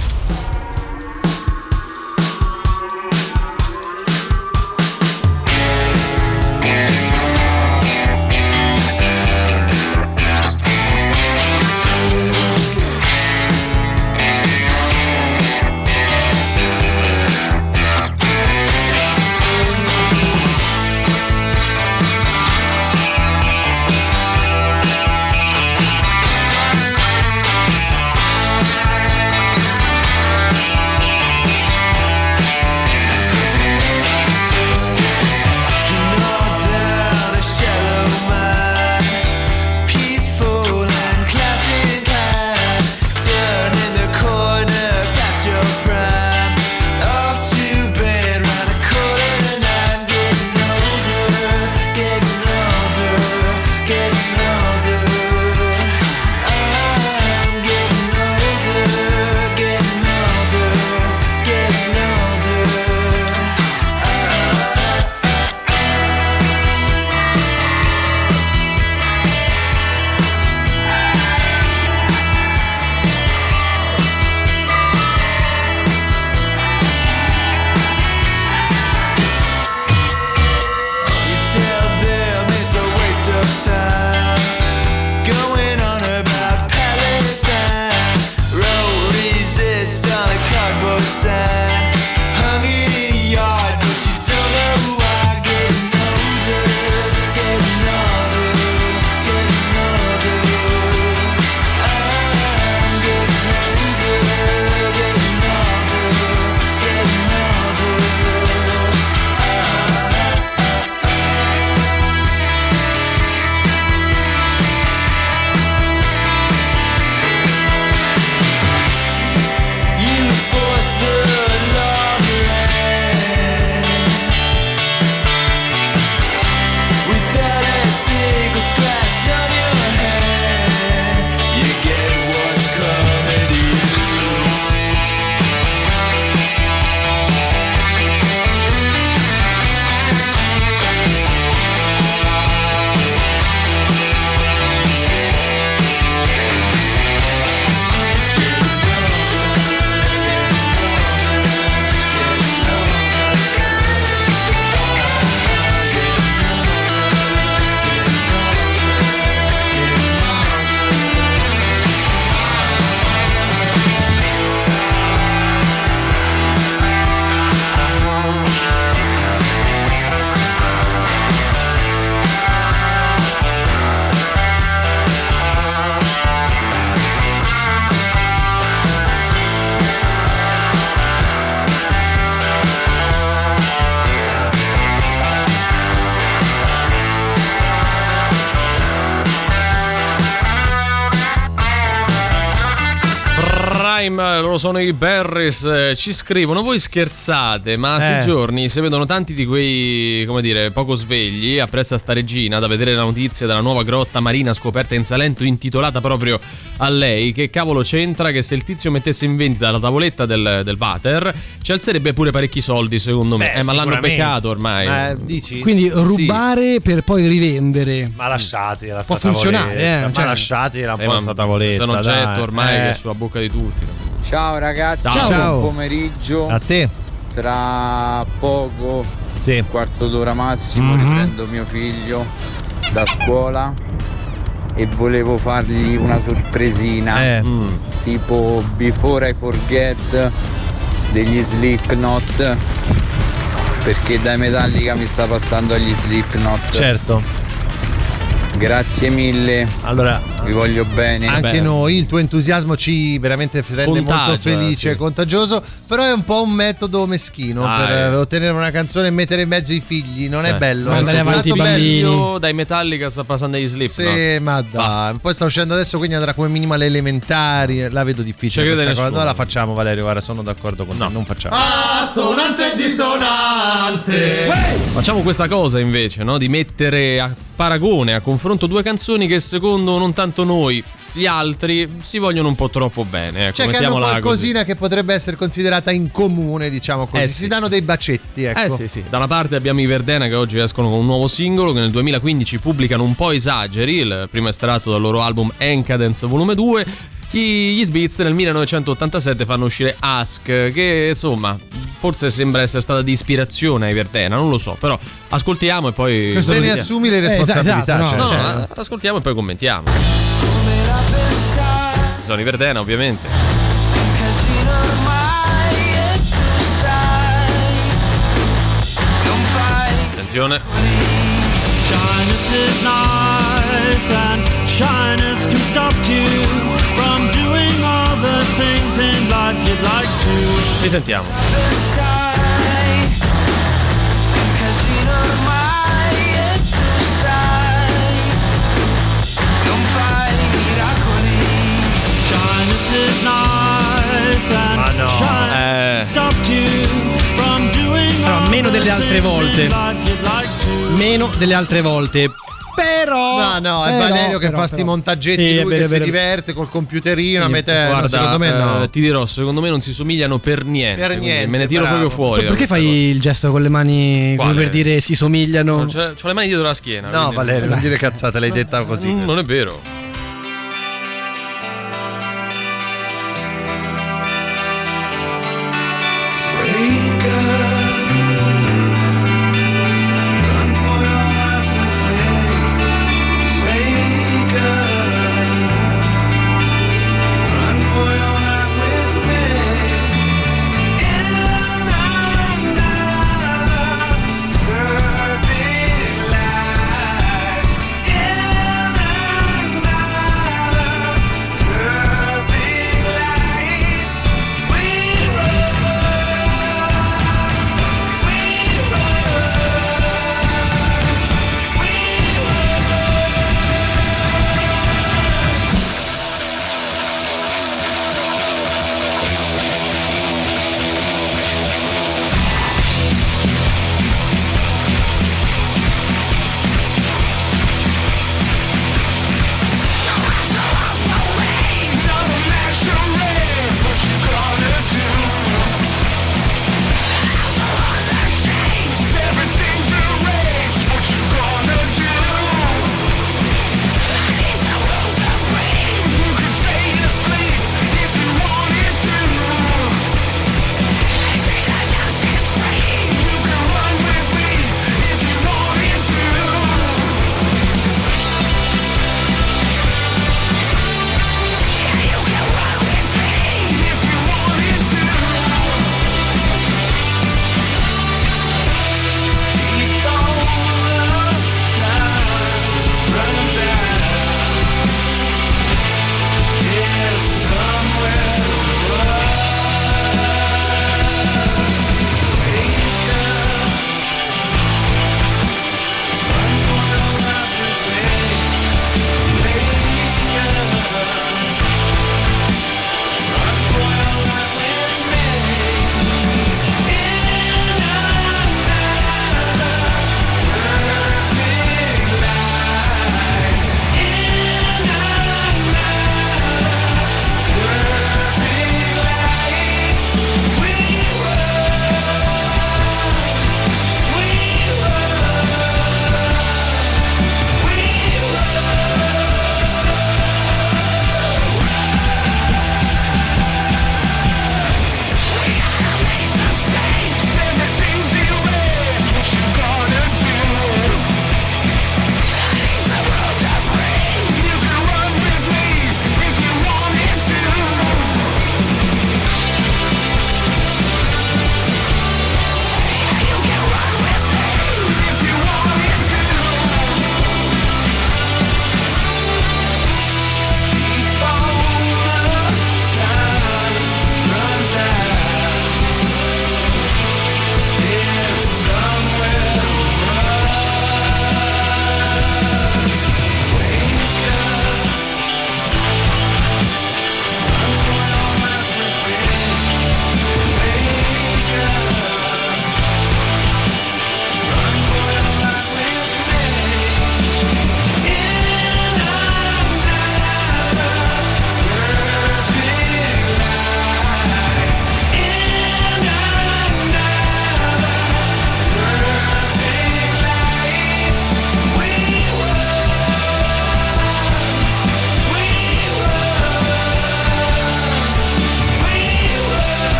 Loro sono i Berries, ci scrivono: voi scherzate, ma Eh. sti giorni si vedono tanti di quei, come dire, poco svegli appresso sta regina da vedere la notizia della nuova grotta marina scoperta in Salento intitolata proprio a lei. Che cavolo c'entra che se il tizio mettesse in vendita la tavoletta del, del water ci alzerebbe pure parecchi soldi, secondo me. Beh, eh, ma l'hanno sicuramente. beccato ormai. Eh, dici? Quindi rubare per poi rivendere. Ma lasciatela sta Può funzionare, tavoletta, eh, ma cioè- lasciatela un Eh, po' ma sta tavoletta. è un oggetto dai. ormai Eh. che è sulla bocca di tutti. Ciao ragazzi, Ciao. Ciao. buon pomeriggio. A te. Tra poco, Sì. un quarto d'ora massimo, Mhm. riprendo mio figlio da scuola e volevo fargli una sorpresina. Eh. Mm. Tipo Before I Forget degli Slipknot, perché dai Metallica mi sta passando agli Slipknot. Certo. Grazie mille. Allora, vi voglio bene. anche Beh. noi, il tuo entusiasmo ci veramente rende Contagia, molto felice, sì. contagioso, però è un po' un metodo meschino Dai. per eh, ottenere una canzone e mettere in mezzo i figli, non è Cioè, bello. non è andare avanti stato i bambini. bello. Io dai Metallica sta passando agli Slipknot. Sì, ma dai, poi sta uscendo adesso, quindi andrà come minimo alle elementari. La vedo difficile Ci crede questa cosa. nessuno. No, la facciamo, Valerio. Guarda, sono d'accordo con te. Non facciamo. Assonanze e dissonanze. Facciamo questa cosa invece, no? Di mettere a paragone, a confronto due canzoni che secondo non tanto noi, gli altri si vogliono un po' troppo bene, ecco, cioè che hanno mettiamola qualcosina così. che potrebbe essere considerata in comune, diciamo così. Eh si sì. danno dei bacetti, ecco. Eh sì sì, da una parte abbiamo i Verdena che oggi escono con un nuovo singolo, che nel duemilaquindici pubblicano Un po' esageri, il primo estratto dal loro album Encadence volume due. Gli Smiths nel millenovecentottantasette fanno uscire Ask, che insomma forse sembra essere stata di ispirazione ai Verdena, non lo so, però ascoltiamo e poi Questo te ne assumi le responsabilità, eh, esatto, cioè, no, cioè. no, ascoltiamo e poi commentiamo. Ci sono i Verdena ovviamente. Attenzione. Shyness is nice and shyness can stop you from doing all the things in life you'd like to. Risentiamo. Shyness is nice and Ma no. shyness Eh. can stop you from doing Però all meno the delle altre things volte. in life you'd like to. Meno delle altre volte. Però No, no, è però, Valerio che però, fa sti però. montaggetti, Sì, è lui vero, che è si vero. diverte col computerino a mettere, no, Guarda, secondo me no. eh, ti dirò, secondo me non si somigliano per niente. Per quindi niente, me ne tiro bravo. proprio fuori. da Perché questa fai cosa. il gesto con le mani Quale? come per dire si somigliano? No, c'ho, c'ho le mani dietro la schiena. No, quindi- Valerio, non dire cazzate, l'hai detta così. Mm, non è vero. Perfect life in another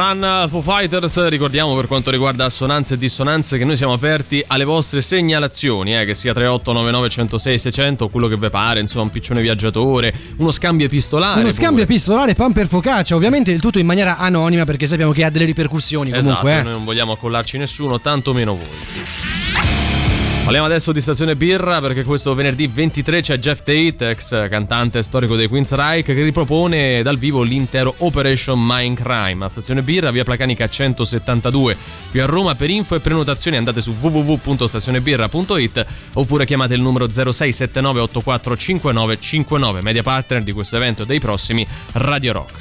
Run Foo Fighters. Ricordiamo per quanto riguarda assonanze e dissonanze che noi siamo aperti alle vostre segnalazioni, eh, che sia tre otto nove nove uno zero sei sei zero zero, quello che vi pare, insomma, un piccione viaggiatore, uno scambio epistolare. Uno pure. scambio epistolare pan per focaccia, ovviamente il tutto in maniera anonima perché sappiamo che ha delle ripercussioni comunque. Esatto, eh. noi non vogliamo accollarci nessuno, tanto meno voi. Parliamo adesso di Stazione Birra, perché questo venerdì ventitré c'è Jeff Tate, ex cantante storico dei Queensryche, che ripropone dal vivo l'intero Operation Mindcrime a Stazione Birra, via Placanica centosettantadue qui a Roma. Per info e prenotazioni andate su w w w punto stazionebirra punto i t oppure chiamate il numero zero sei sette nove otto quattro cinque nove cinque nove, media partner di questo evento e dei prossimi Radio Rock.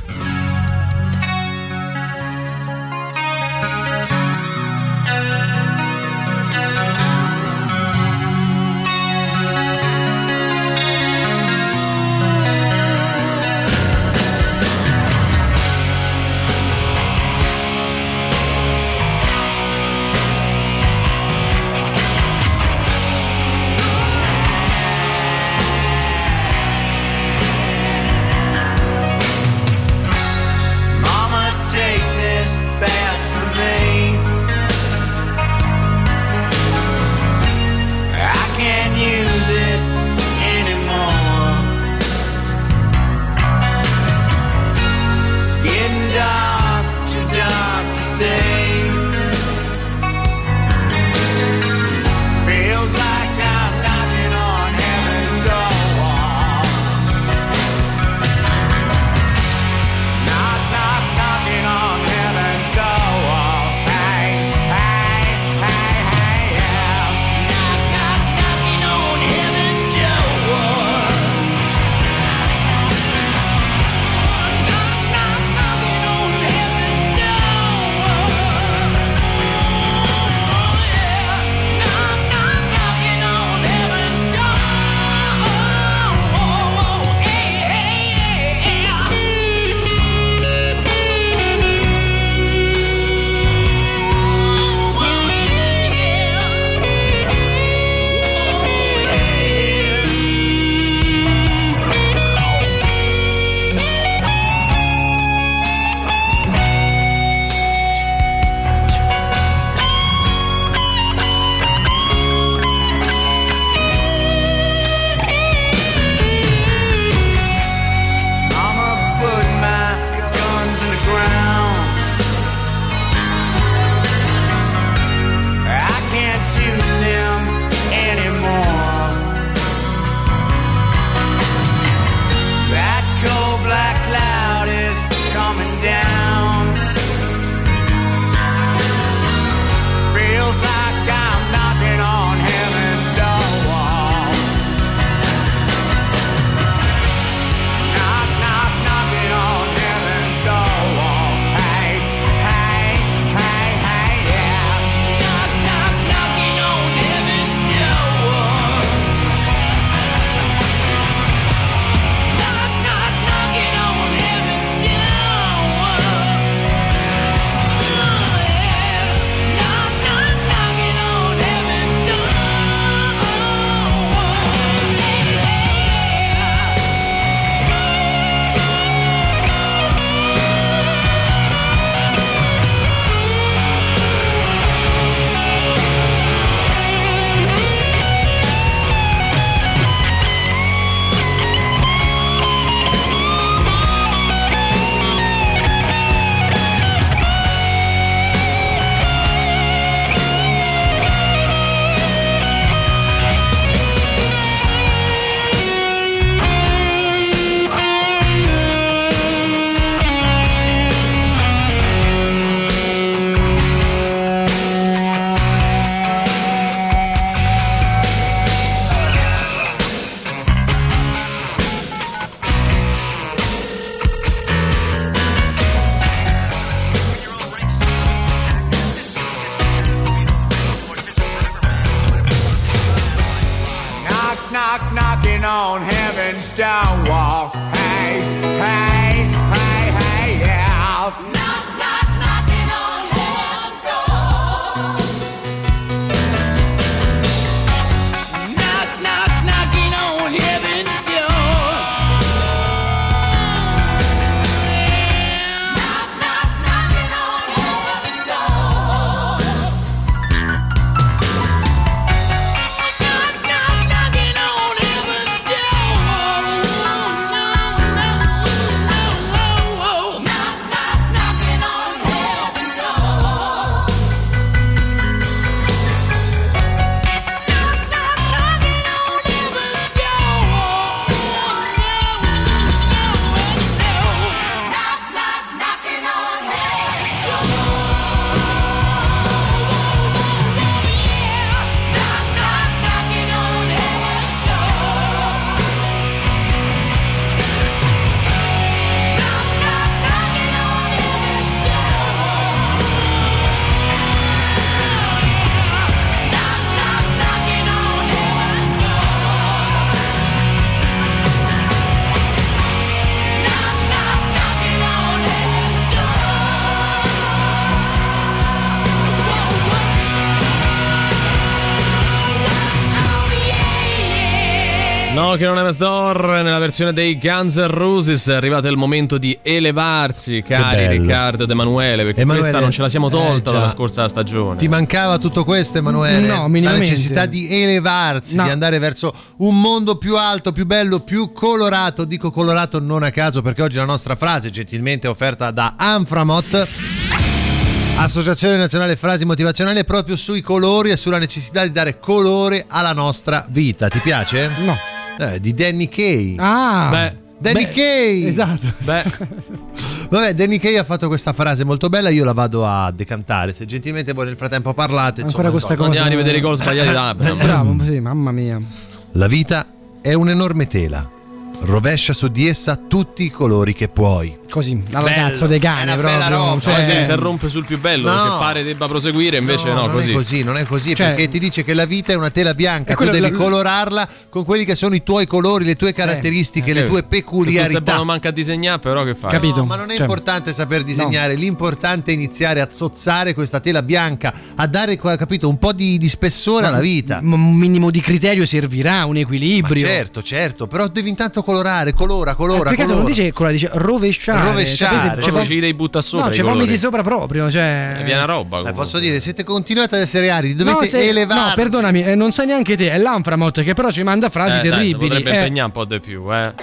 No, che non è Door, nella versione dei Guns N' Roses è arrivato il momento di elevarsi, cari Riccardo ed Emanuele, perché Emanuele, questa non ce la siamo tolta eh, dalla scorsa stagione. Ti mancava tutto questo, Emanuele? No, minimamente. La necessità di elevarsi, No. di andare verso un mondo più alto, più bello, più colorato. Dico colorato non a caso, perché oggi la nostra frase, gentilmente offerta da Anframot, Associazione Nazionale Frasi Motivazionali, è proprio sui colori e sulla necessità di dare colore alla nostra vita. Ti piace? No. Eh, di Danny Kaye. Ah, Beh, Danny beh, Kaye. esatto. beh, Vabbè, Danny Kaye ha fatto questa frase molto bella, io la vado a decantare. Se gentilmente voi nel frattempo parlate, insomma, Ancora questa insomma. cosa. andiamo a rivedere i gol sbagliati da Abram. Bravo, sì, mamma mia. La vita è un'enorme tela. Rovescia su di essa tutti i colori che puoi. Così, alla Bello, cazzo dei cani, è una proprio. bella roba, Cioè, si eh. interrompe sul più bello, No. perché pare debba proseguire, invece no, non così. è così, non è così, Cioè- perché ti dice che la vita è una tela bianca, È tu quello- devi la- colorarla con quelli che sono i tuoi colori, le tue caratteristiche, le Eh, tue Se tu sei peculiarità. buono manca a disegnare, però che fai? Capito. No, ma non è Cioè- importante saper disegnare, l'importante è iniziare a zozzare questa tela bianca, a dare, capito, un po' di, di spessore alla vita. M- Un minimo di criterio servirà, un Ma equilibrio. certo, certo, però devi intanto colorare, colora, colora, Eh, perché colora. non dice colora, dice rovesciare. Rovesciare, capite? sì. C'è Proprio vom- ci dei butta sopra. No, i c'è colori. vomiti sopra proprio, cioè. E viene a roba. Eh, comunque. posso dire, siete continuate ad essere aridi, dovete no, se- elevare. No, perdonami, eh, non sai neanche te, è l'Anframot che però ci manda frasi Eh, dai, si terribili. potrebbe eh. impegnare un po' di più, eh.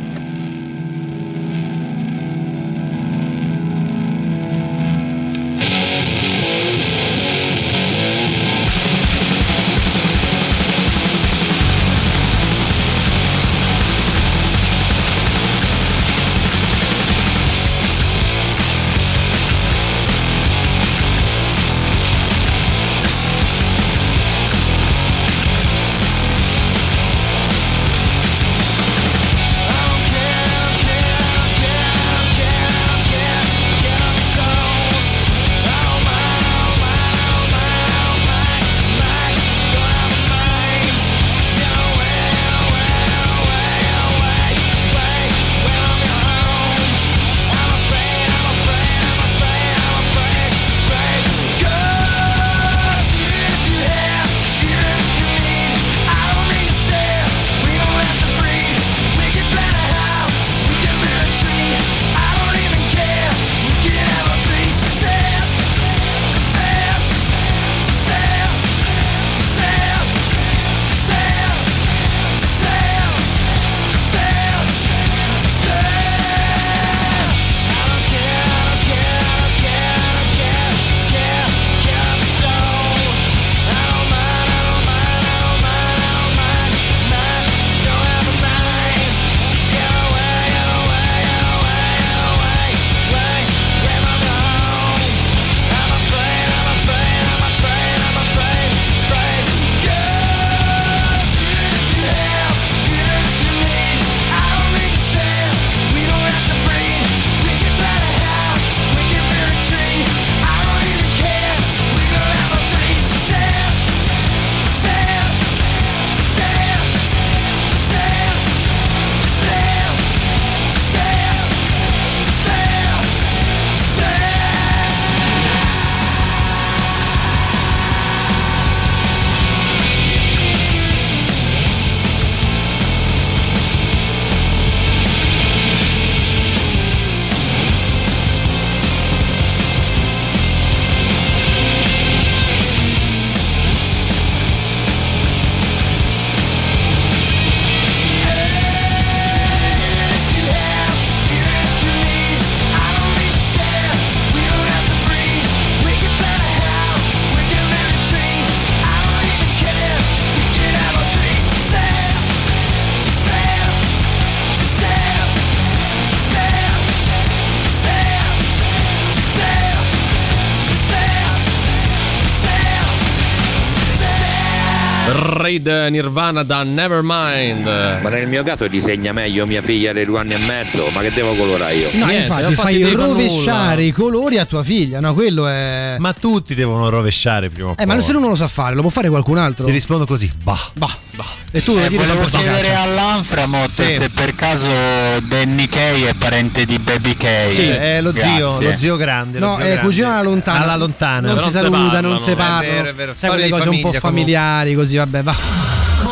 Raid Nirvana da Nevermind. Ma nel mio caso disegna meglio mia figlia dei due anni e mezzo, ma che devo colorare io? No, Niente, infatti, infatti fai devi fare rovesciare nulla. i colori a tua figlia, no? Quello è. Ma tutti devono rovesciare prima o Eh, poi. ma se uno non lo sa fare, lo può fare qualcun altro? Ti rispondo così, bah. Bah, bah. E tu Eh, dire volevo chiedere cazzo. all'Anframot Sì. se per caso Danny Kaye è parente di Baby Kaye. Sì, è lo zio, Grazie. lo zio grande. lo No, zio è grande. cugino alla lontana. Alla lontana. Non Però si se saluta, parlano, non si è parla. vero, è vero. Sai Storia quelle di cose un po' famiglia, familiari, così, vabbè, va.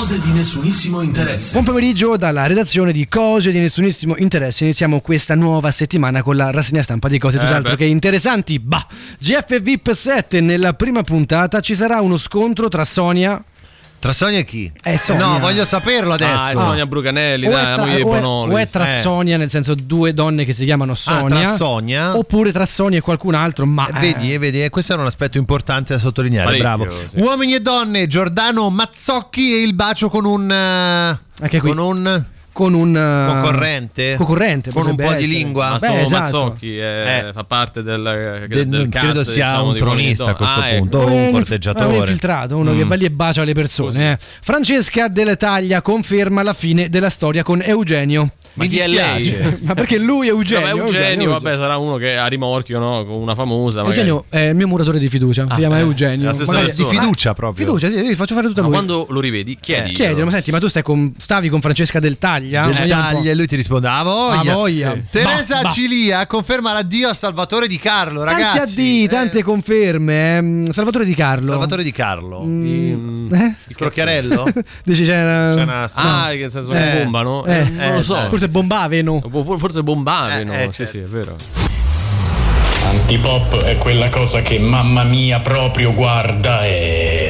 Cose di nessunissimo interesse. Buon pomeriggio dalla redazione di Cose di nessunissimo interesse. Iniziamo questa nuova settimana con la rassegna stampa di cose Eh, tutt'altro beh. che interessanti. Bah, G F V I P sette, nella prima puntata ci sarà uno scontro tra Sonia. Tra Sonia e chi? Eh, Sonia. No, voglio saperlo adesso. Ah, è Sonia Bruganelli, O è dai, la tra, moglie di o è- Bonolis. o è tra Eh. Sonia, nel senso due donne che si chiamano Sonia. Ah, tra Sonia? Oppure tra Sonia e qualcun altro. Ma Eh, Vedi, eh, vedi, eh, questo era un aspetto importante da sottolineare. Parecchio, Bravo. sì. Uomini e donne, Giordano Mazzocchi e il bacio con un. eh, Anche qui. Con un. con un uh, Concorrente? concorrente Con un potrebbe po' di essere. lingua? Ma sto Beh, esatto. Mazzocchi eh, Eh. fa parte del, De- del non cast, credo sia diciamo, un di Uomini e tronista a Donne. questo Ah, ecco. punto, o Eh, un inf- corteggiatore. un infiltrato, uno Mm. che va lì e bacia le persone. Così. eh. Francesca Della Taglia conferma la fine della storia con Eugenio. Ma Mi chi è lei? dispiace. Ma perché lui è Eugenio? Vabbè, Eugenio, vabbè, sarà uno che a rimorchio, no? Con una famosa. magari. Eugenio è il mio muratore di fiducia, si chiama eh, Eugenio. è la stessa Magari- persona. Di fiducia proprio. Fiducia, sì, sì, faccio fare tutto a Ma lui. quando lo rivedi, chiedi. Chiedilo, ma senti, ma tu stai con, stavi con Francesca Del Taglia? Del Vediamo un po'. Taglia, e lui ti risponde: "Ah, voglia." Ah, voglia. Sì. Bah, Teresa bah. Cilia conferma l'addio a Salvatore Di Carlo, ragazzi. Tanti addii, Eh, tante conferme. ehm, Salvatore Di Carlo. Salvatore Di Carlo. Mm, eh? Il crocchiarello? Dici c'era. C'è una- Ah, che nel senso Eh. che bombano? Eh, Eh, non lo so. Forse bombaveno. O forse bombaveno. Eh, eh, sì, certo. sì, è vero. Antipop è quella cosa che mamma mia proprio guarda e...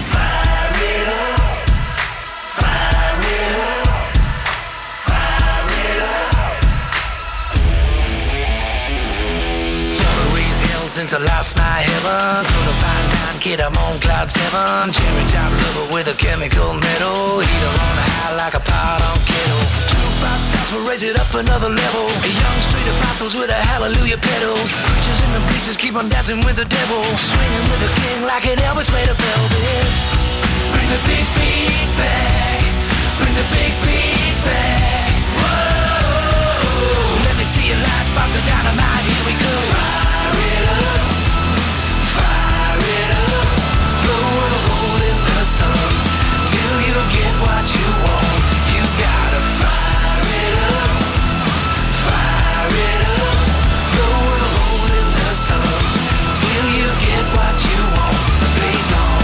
Since I lost my heaven, couldn't find nine kid, I'm on cloud seven. Cherry top lover with a chemical metal, heater on high like a pot on kettle. Jukebox gospel, raise it up another level. A young street apostles with a hallelujah pedals. Preachers in the bleachers keep on dancing with the devil, swinging with the king like an Elvis made of velvet. Bring the big beat back, bring the big beat back. Whoa, let me see your lights, spark the dynamite, here we go. Fire it up, fire it up, blow a hole in the sun, till you get what you want. You gotta fire it up, fire it up, blow a hole in the sun, till you get what you want. Blaze on.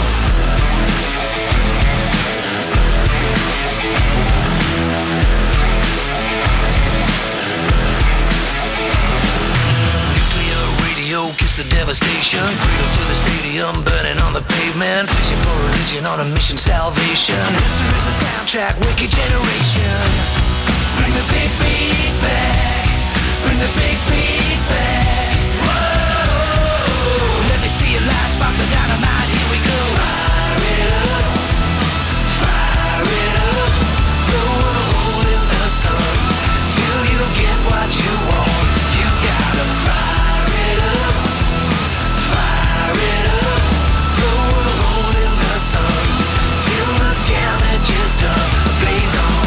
Nuclear radio, kiss the devastation. Cradle to the stadium, burning on the pavement. Fishing for religion on a mission, salvation. History is a soundtrack, wicked generation. Bring the big beat back, bring the big beat back. Whoa, let me see your lights, spark the dynamite, here we go. Fire it up, fire it up, blow a hole in the sun, till you get what you want. You gotta fire it up, fire it up, blow a hole in the sun, till the damage is done. Blaze on.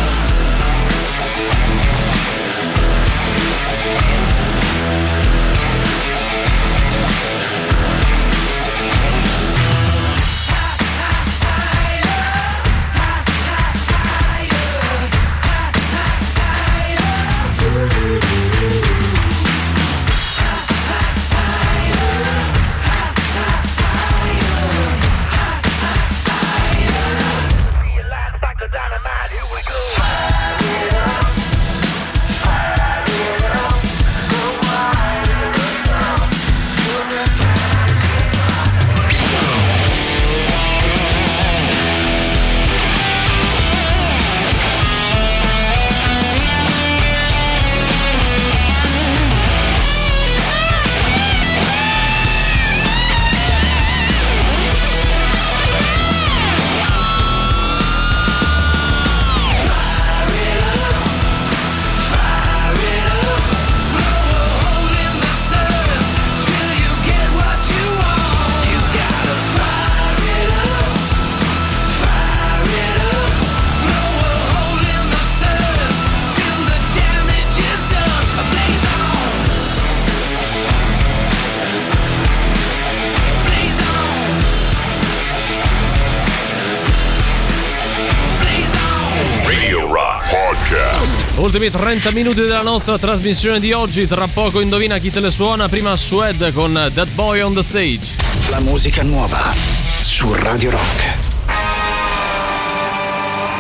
Ultimi trenta minuti della nostra trasmissione di oggi. Tra poco indovina chi te le suona. Prima Sued con That Boy on the Stage. La musica nuova su Radio Rock.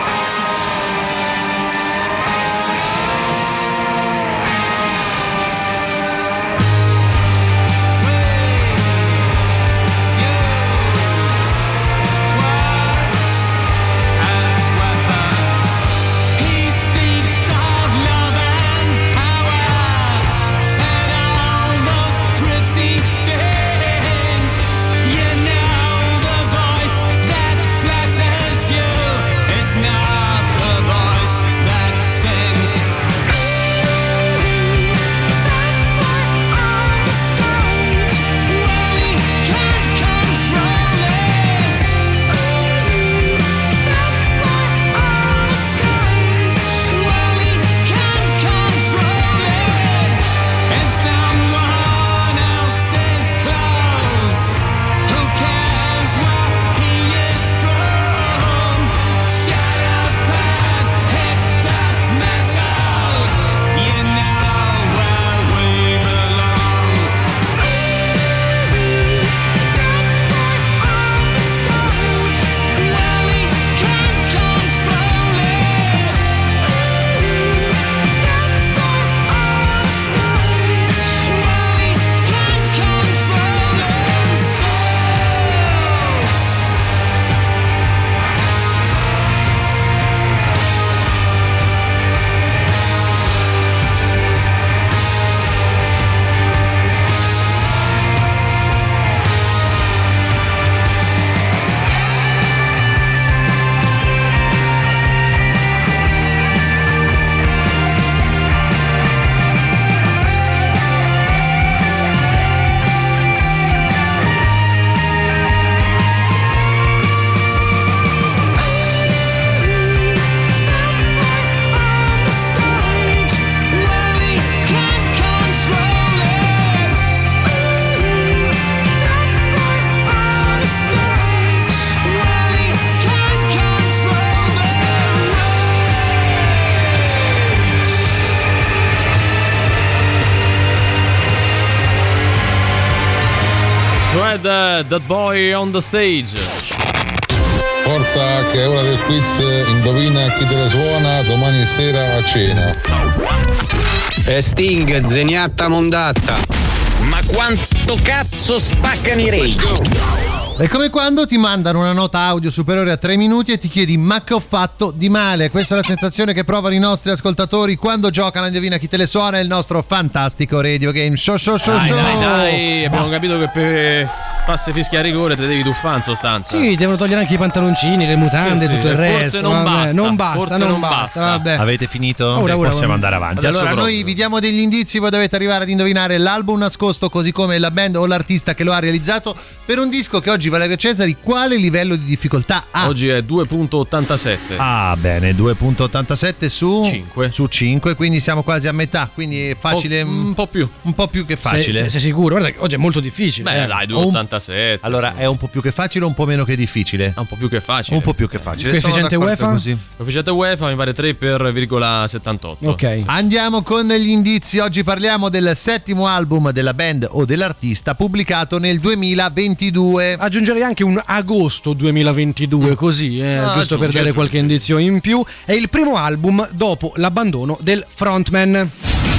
Fred, That Boy on the Stage. Forza che è ora del quiz, indovina chi te la suona domani sera a cena. E Sting, Zeniatta Mondatta. Ma quanto cazzo spaccano i rage? È come quando ti mandano una nota audio superiore a tre minuti e ti chiedi ma che ho fatto di male. Questa è la sensazione che provano i nostri ascoltatori quando giocano a Indovina chi te le suona, il nostro fantastico radio game show show show dai, show. Dai dai, abbiamo capito che per farsi fischia a rigore te devi tuffare in sostanza. Sì, devono togliere anche i pantaloncini, le mutande, sì, sì, tutto il forse resto. non vabbè, basta, non basta, forse non non basta. basta. Vabbè. Avete finito? Ora, ora, possiamo ora. andare avanti. Allora Adesso noi proprio. vi diamo degli indizi, voi dovete arrivare ad indovinare l'album nascosto così come la band o l'artista che lo ha realizzato per un disco che oggi Valerio Cesari quale livello di difficoltà ha? Oggi è due virgola ottantasette. Ah bene, due virgola ottantasette su cinque. Su cinque, quindi siamo quasi a metà, quindi è facile. Un, un po' più. Un po' più che facile. Sei, sei sicuro? Guarda che oggi è molto difficile. Beh eh. dai, due virgola ottantasette. Allora è un po' più che facile o un po' meno che difficile? È un po' più che facile. Un po' più che facile. Coefficiente Sono d'accordo UEFA? così. Coefficiente UEFA mi pare tre per virgola settantotto. Ok. Andiamo con gli indizi. Oggi parliamo del settimo album della band o dell'artista pubblicato nel duemilaventidue. Aggiungerei anche un agosto duemilaventidue, così, eh, Ah, giusto aggiungi, per dare aggiungi. qualche indizio in più. È il primo album dopo l'abbandono del frontman.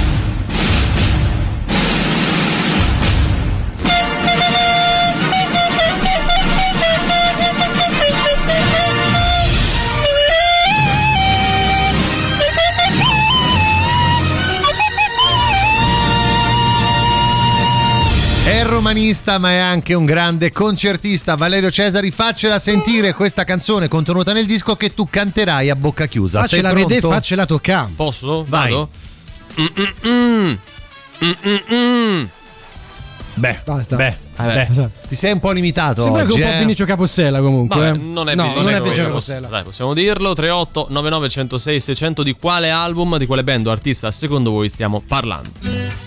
È romanista ma è anche un grande concertista. Valerio Cesari, faccela sentire questa canzone contenuta nel disco che tu canterai a bocca chiusa. Sei Faccela pronto? vedere, faccela toccare. Posso? Vai. Vado? Mm-mm-mm. Mm-mm-mm. Beh, Basta. beh, Vabbè. beh. Ti sei un po' limitato Sembra oggi, che un po' eh? Vinicio Capossela comunque. Vabbè, eh. non è no, Vinicio non è Capossela. Vinicio Capossela. Dai, possiamo dirlo. tre otto nove nove uno zero sei sei zero zero. Di quale album, di quale band o artista secondo voi stiamo parlando?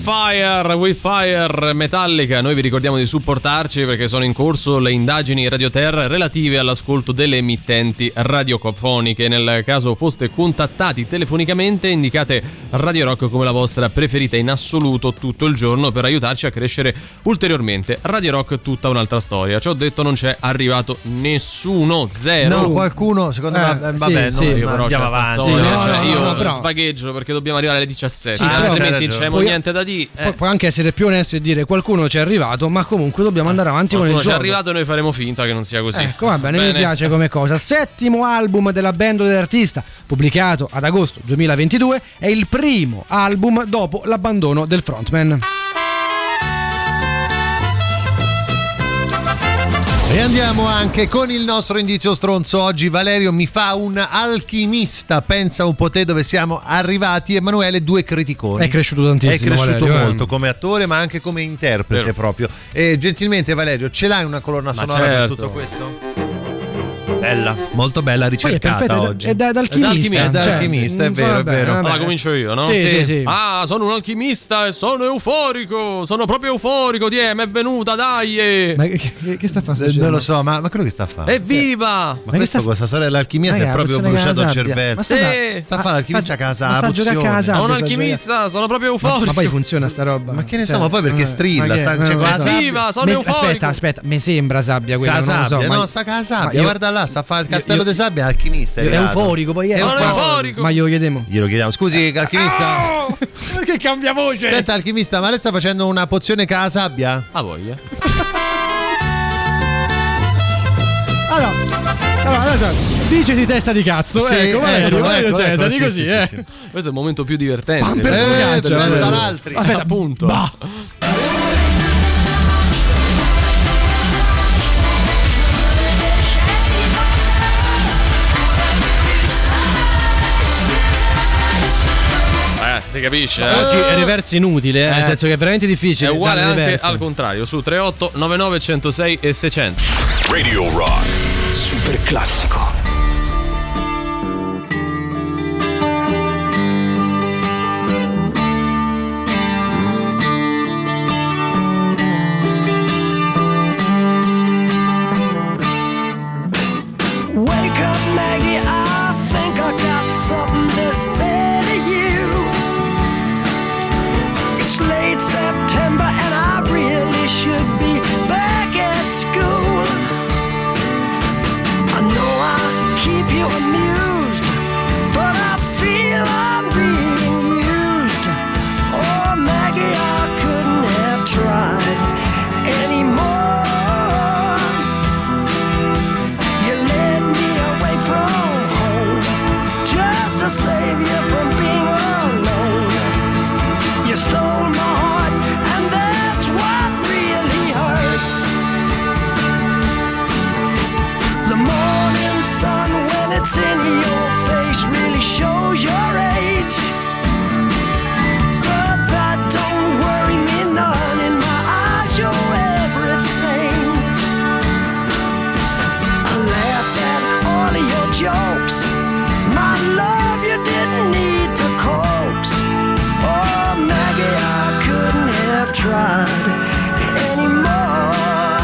Fire, We Fire Metallica. Noi vi ricordiamo di supportarci perché sono in corso le indagini Radio Terra relative all'ascolto delle emittenti radiofoniche. Nel caso foste contattati telefonicamente, indicate Radio Rock come la vostra preferita in assoluto tutto il giorno per aiutarci a crescere ulteriormente. Radio Rock tutta un'altra storia. Ci ho detto non c'è arrivato nessuno, zero. No, qualcuno secondo Eh, me vabbè, sì, no, sì. Io però andiamo c'è sta avanti. storia, Sì, no, cioè no, io no, però- spagheggio perché dobbiamo arrivare alle diciassette, Sì, però- altrimenti C'hai non c'è ragione. niente da dire. Poi puoi anche essere più onesto e dire qualcuno ci è arrivato, ma comunque dobbiamo andare avanti con il Qualcuno ci è gioco. arrivato e noi faremo finta che non sia così. Ecco, va bene, mi piace come cosa. Settimo album della band dell'artista, pubblicato ad agosto duemilaventidue, è il primo album dopo l'abbandono del frontman. E andiamo anche con il nostro indizio stronzo. Oggi Valerio mi fa un alchimista. Pensa un po' te dove siamo arrivati. Emanuele, due criticoni. È cresciuto tantissimo. È cresciuto Valerio, molto eh. come attore, ma anche come interprete. Vero. Proprio. E gentilmente Valerio, ce l'hai una colonna Ma sonora certo. per tutto questo? Bella, molto bella, Poi è ricercata perfetto, è oggi. da- è da- d'alchimista. È da cioè, alchimista, è sì, vero, è vabbè, vero. vabbè. Allora comincio io, no? Sì, sì, sì. Ah, sono un alchimista e sono euforico. Sono proprio euforico. Ti è, mi è venuta, dai. Ma che, che- che sta facendo? Eh, Non lo so, ma, ma quello che sta a fare? Evviva! Ma che questo sta- cosa sarà? L'alchimia si è Raga, proprio persone bruciato il che la sabbia. cervello. Ma sta, Eh, sta a fare l'alchimista a casa, ma sta a a giocare a pozione. casa. Sono un sta a alchimista, sono proprio Ma, euforico. ma poi funziona sta roba. Ma che ne so, Cioè, ma poi perché eh, strilla, ma che- sta- non c'è lo quella so. Evviva, sono Me- euforico. Aspetta, aspetta, mi sembra sabbia quella, Casa non lo so. sabbia, ma- no, sta casa ma sabbia, io- guarda là, sta a fare il castello io- di sabbia, è alchimista. È arrivato. euforico, poi è Sono euforico. euforico. Ma glielo chiediamo. Glielo chiediamo. Scusi, alchimista. Perché cambia voce? Senta, alchimista, ma lei sta facendo una pozione con la sabbia? Ah, voglia. Allora, allora, adesso dice di testa di cazzo. Sì, ecco, Valerio, ecco, Valerio ecco, Cesari, ecco, sì, così, sì, eh. sì, sì. Questo è il momento più divertente. Pam per Eh, fugate, c'è Valerio. pensa l'altri. Aspetta, appunto. Bah. Eh, si capisce. Eh? Oggi è reverso inutile, eh, nel Eh. senso che è veramente difficile. È uguale dare anche reverse. al contrario, su tre otto nove nove uno zero sei e seicento. Radio Rock. Super classico. Wake up, Maggie, I think I got something to say to you. It's late September and I really should be back at school. I know I keep you amused, but I feel I'm being used. Oh, Maggie, I couldn't have tried anymore. You led me away from home just to save you from being alone. You stole my heart, and that's what really hurts. The morning sun, when it's in your face, really shows your age. But that don't worry me none. In my eyes, you're everything. I laughed at all of your jokes. My love, you didn't need to coax. Oh, Maggie, I couldn't have tried anymore.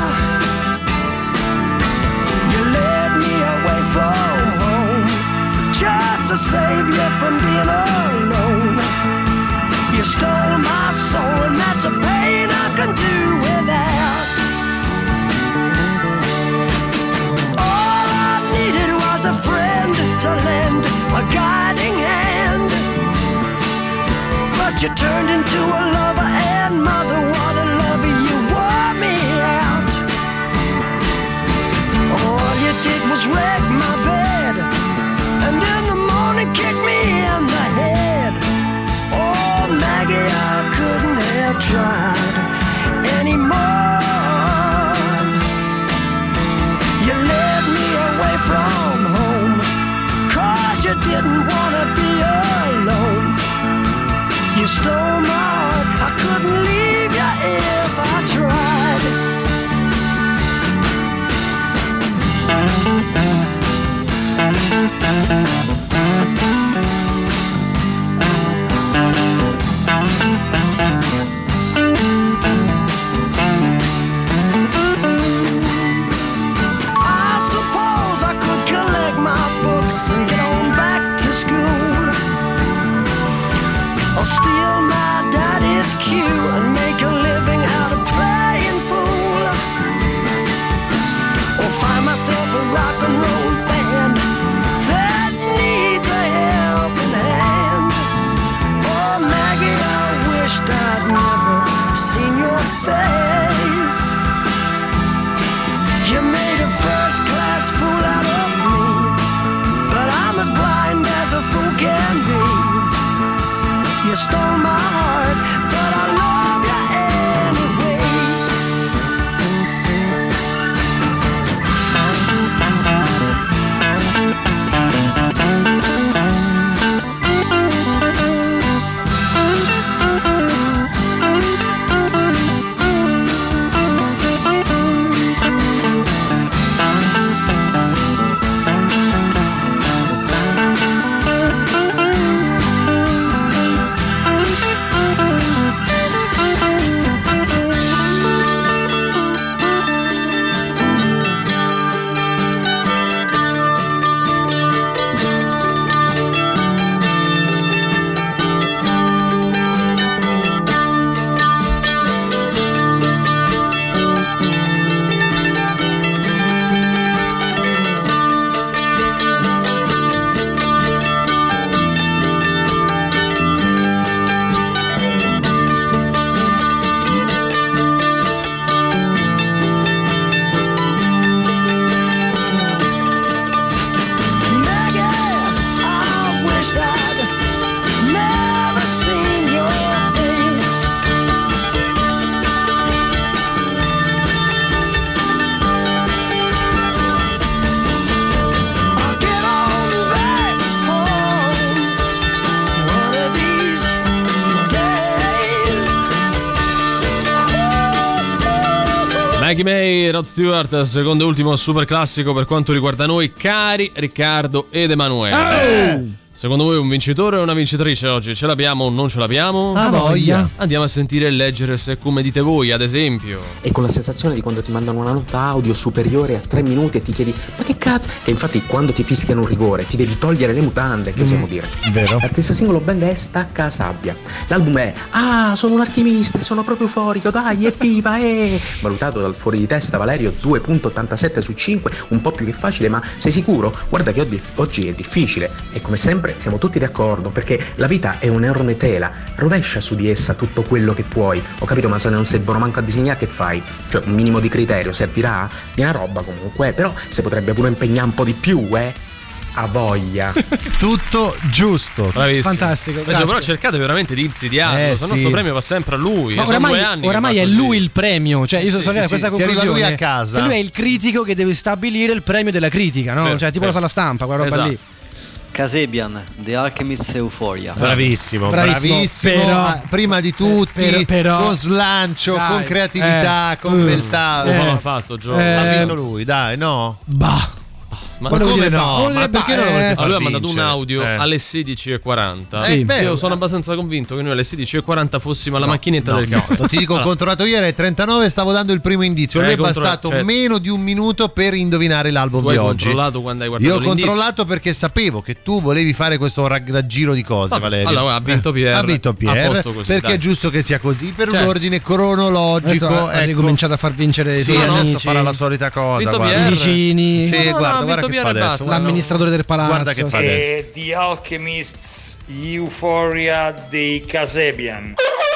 You led me away from home just to save you from being alone. You stole my soul, and that's a pain I can do without. All I needed was a friend to lend a guiding hand. But you turned into a lover, and mother, what a lover, you wore me out. All you did was wreck my bed, and in the morning kick me in the head. Oh, Maggie, I couldn't have tried anymore. You led me away from home, 'cause you didn't wanna be alone. You stole my heart, I couldn't leave you if I tried. Maggie May, Rod Stewart, secondo e ultimo super classico per quanto riguarda noi, cari Riccardo ed Emanuele. Oh! Secondo voi un vincitore o una vincitrice oggi? Ce l'abbiamo o non ce l'abbiamo? Ah, voglia. Andiamo a sentire e leggere se come dite voi, ad esempio. E con la sensazione di quando ti mandano una nota audio superiore a tre minuti e ti chiedi ma che cazzo? Che infatti quando ti fischiano un rigore ti devi togliere le mutande, che mm. osiamo dire. Vero. L'artista singolo band è Stacca Sabbia. L'album è Ah, sono un alchimista, sono proprio euforico, dai, evviva, eh! Valutato dal fuori di testa Valerio due virgola ottantasette su cinque, un po' più che facile, ma sei sicuro? Guarda che oggi è difficile e come sempre siamo tutti d'accordo, perché la vita è un'enorme tela, rovescia su di essa tutto quello che puoi. Ho capito, ma se non servono manco a disegnare che fai? Cioè un minimo di criterio servirà? Di una roba comunque, però se potrebbe pure impegnare un po' di più, eh? A voglia. Tutto giusto. Bravissimo. Fantastico. Adesso però cercate veramente di insidiarlo, eh, se no sì. sto premio va sempre a lui. Ma sono oramai, due anni oramai è così. lui il premio, cioè io sì, sono sì, arrivato sì, a questa sì. Ti arriva conclusione. lui a casa. Che lui è il critico che deve stabilire il premio della critica, no? Vero, cioè tipo vero. la sala stampa, quella roba Esatto. lì. Casabian, The Alchemist Euphoria. Bravissimo, Bravissimo, bravissimo. però- ah, prima di tutti, però- però- con slancio, dai, con creatività, eh, con eh, beltà. Lo eh, fa fa sto gioco. eh, Ha vinto lui, dai, no? Bah. Ma Ma Quello come dire, no? quello Ma dire, perché non bah, lo volete eh. far Allora ha mandato un vincere? audio Eh. alle sedici e quaranta. Sì, vero. Io sono abbastanza convinto che noi alle sedici e quaranta fossimo alla macchinetta No, del no, caffè. ti dico, ho Allora, controllato ieri alle trentanove, stavo dando il primo indizio. A Hai me è controllato, bastato certo. meno di un minuto per indovinare l'album tu di hai oggi. controllato quando hai guardato Io ho l'indizio? controllato perché sapevo che tu volevi fare questo raggiro di cose, Vabbè, Valerio. allora, ha vinto Pierre. Ha vinto A Pierre, posto così, perché dai. è giusto che sia così, per Certo. un ordine cronologico. Adesso ha ecco. ricominciato a far vincere i Sì, tuoi adesso amici, farà la solita cosa. Vinto guarda. i Pierre. vicini, Sì, No, no, no, guarda, ha guarda vinto che Pierre fa e adesso. basta. guarda. l'amministratore del palazzo. Guarda che fa adesso. E The Alchemist's Euphoria dei Casabian.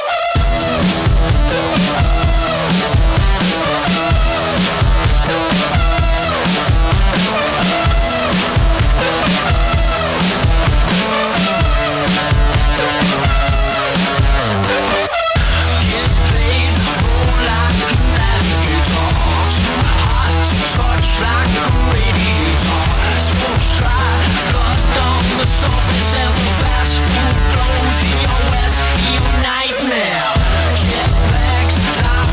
Touch like a radiator, smoke dry, cut on the surface and the fast food blows in your Westfield nightmare. Jetpacks,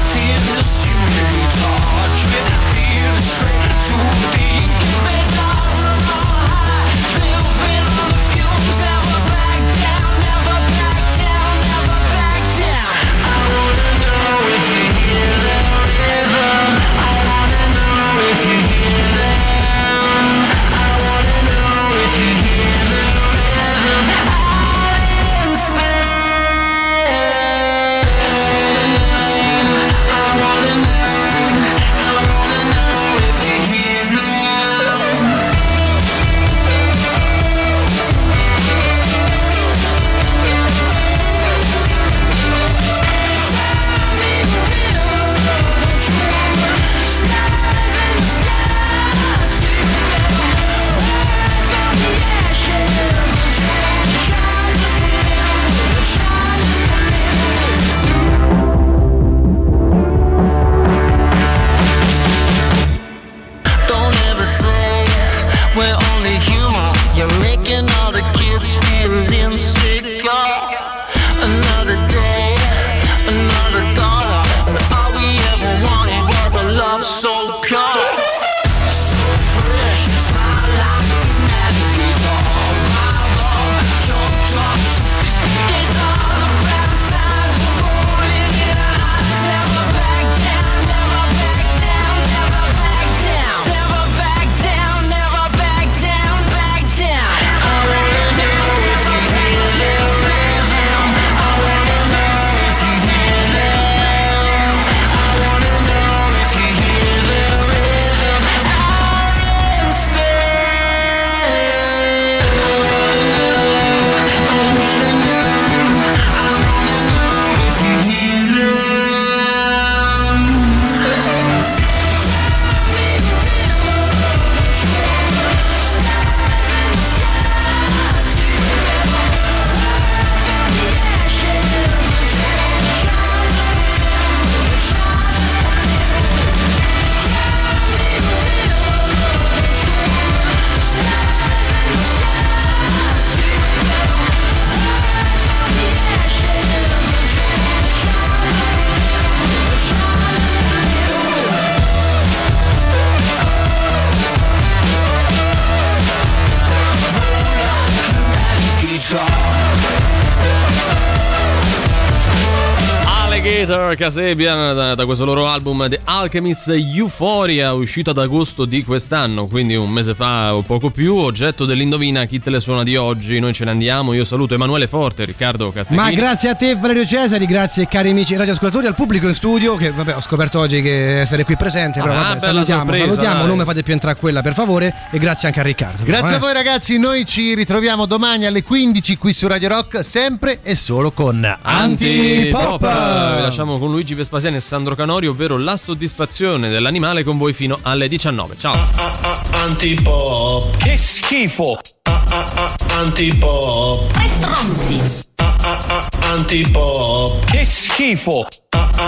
Alligator Kasabian da, da questo loro album The Alchemist Euphoria, uscito ad agosto di quest'anno, quindi un mese fa o poco più, oggetto dell'Indovina chi te le suona di oggi. Noi ce ne andiamo, io saluto Emanuele Forte, Riccardo Castellini. Ma grazie a te Valerio Cesari, grazie cari amici radioascoltatori, al pubblico in studio che vabbè ho scoperto oggi che essere qui presente, però ah, vabbè, salutiamo, sorpresa, salutiamo, dai. Non mi fate più entrare a quella per favore, e grazie anche a Riccardo. Grazie però, a voi eh. ragazzi, noi ci ritroviamo domani alle quindici qui su Radio Rock, sempre e solo con Antipop. Vi lasciamo con Luigi Vespasiani e Sandro Canori, ovvero La soddisfazione dell'animale, con voi fino alle diciannove. Ciao. Antipop. Che schifo. Antipop. Tre stronzi. Antipop. Che schifo.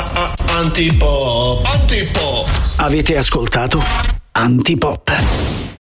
Antipop. Antipop. Avete ascoltato Antipop.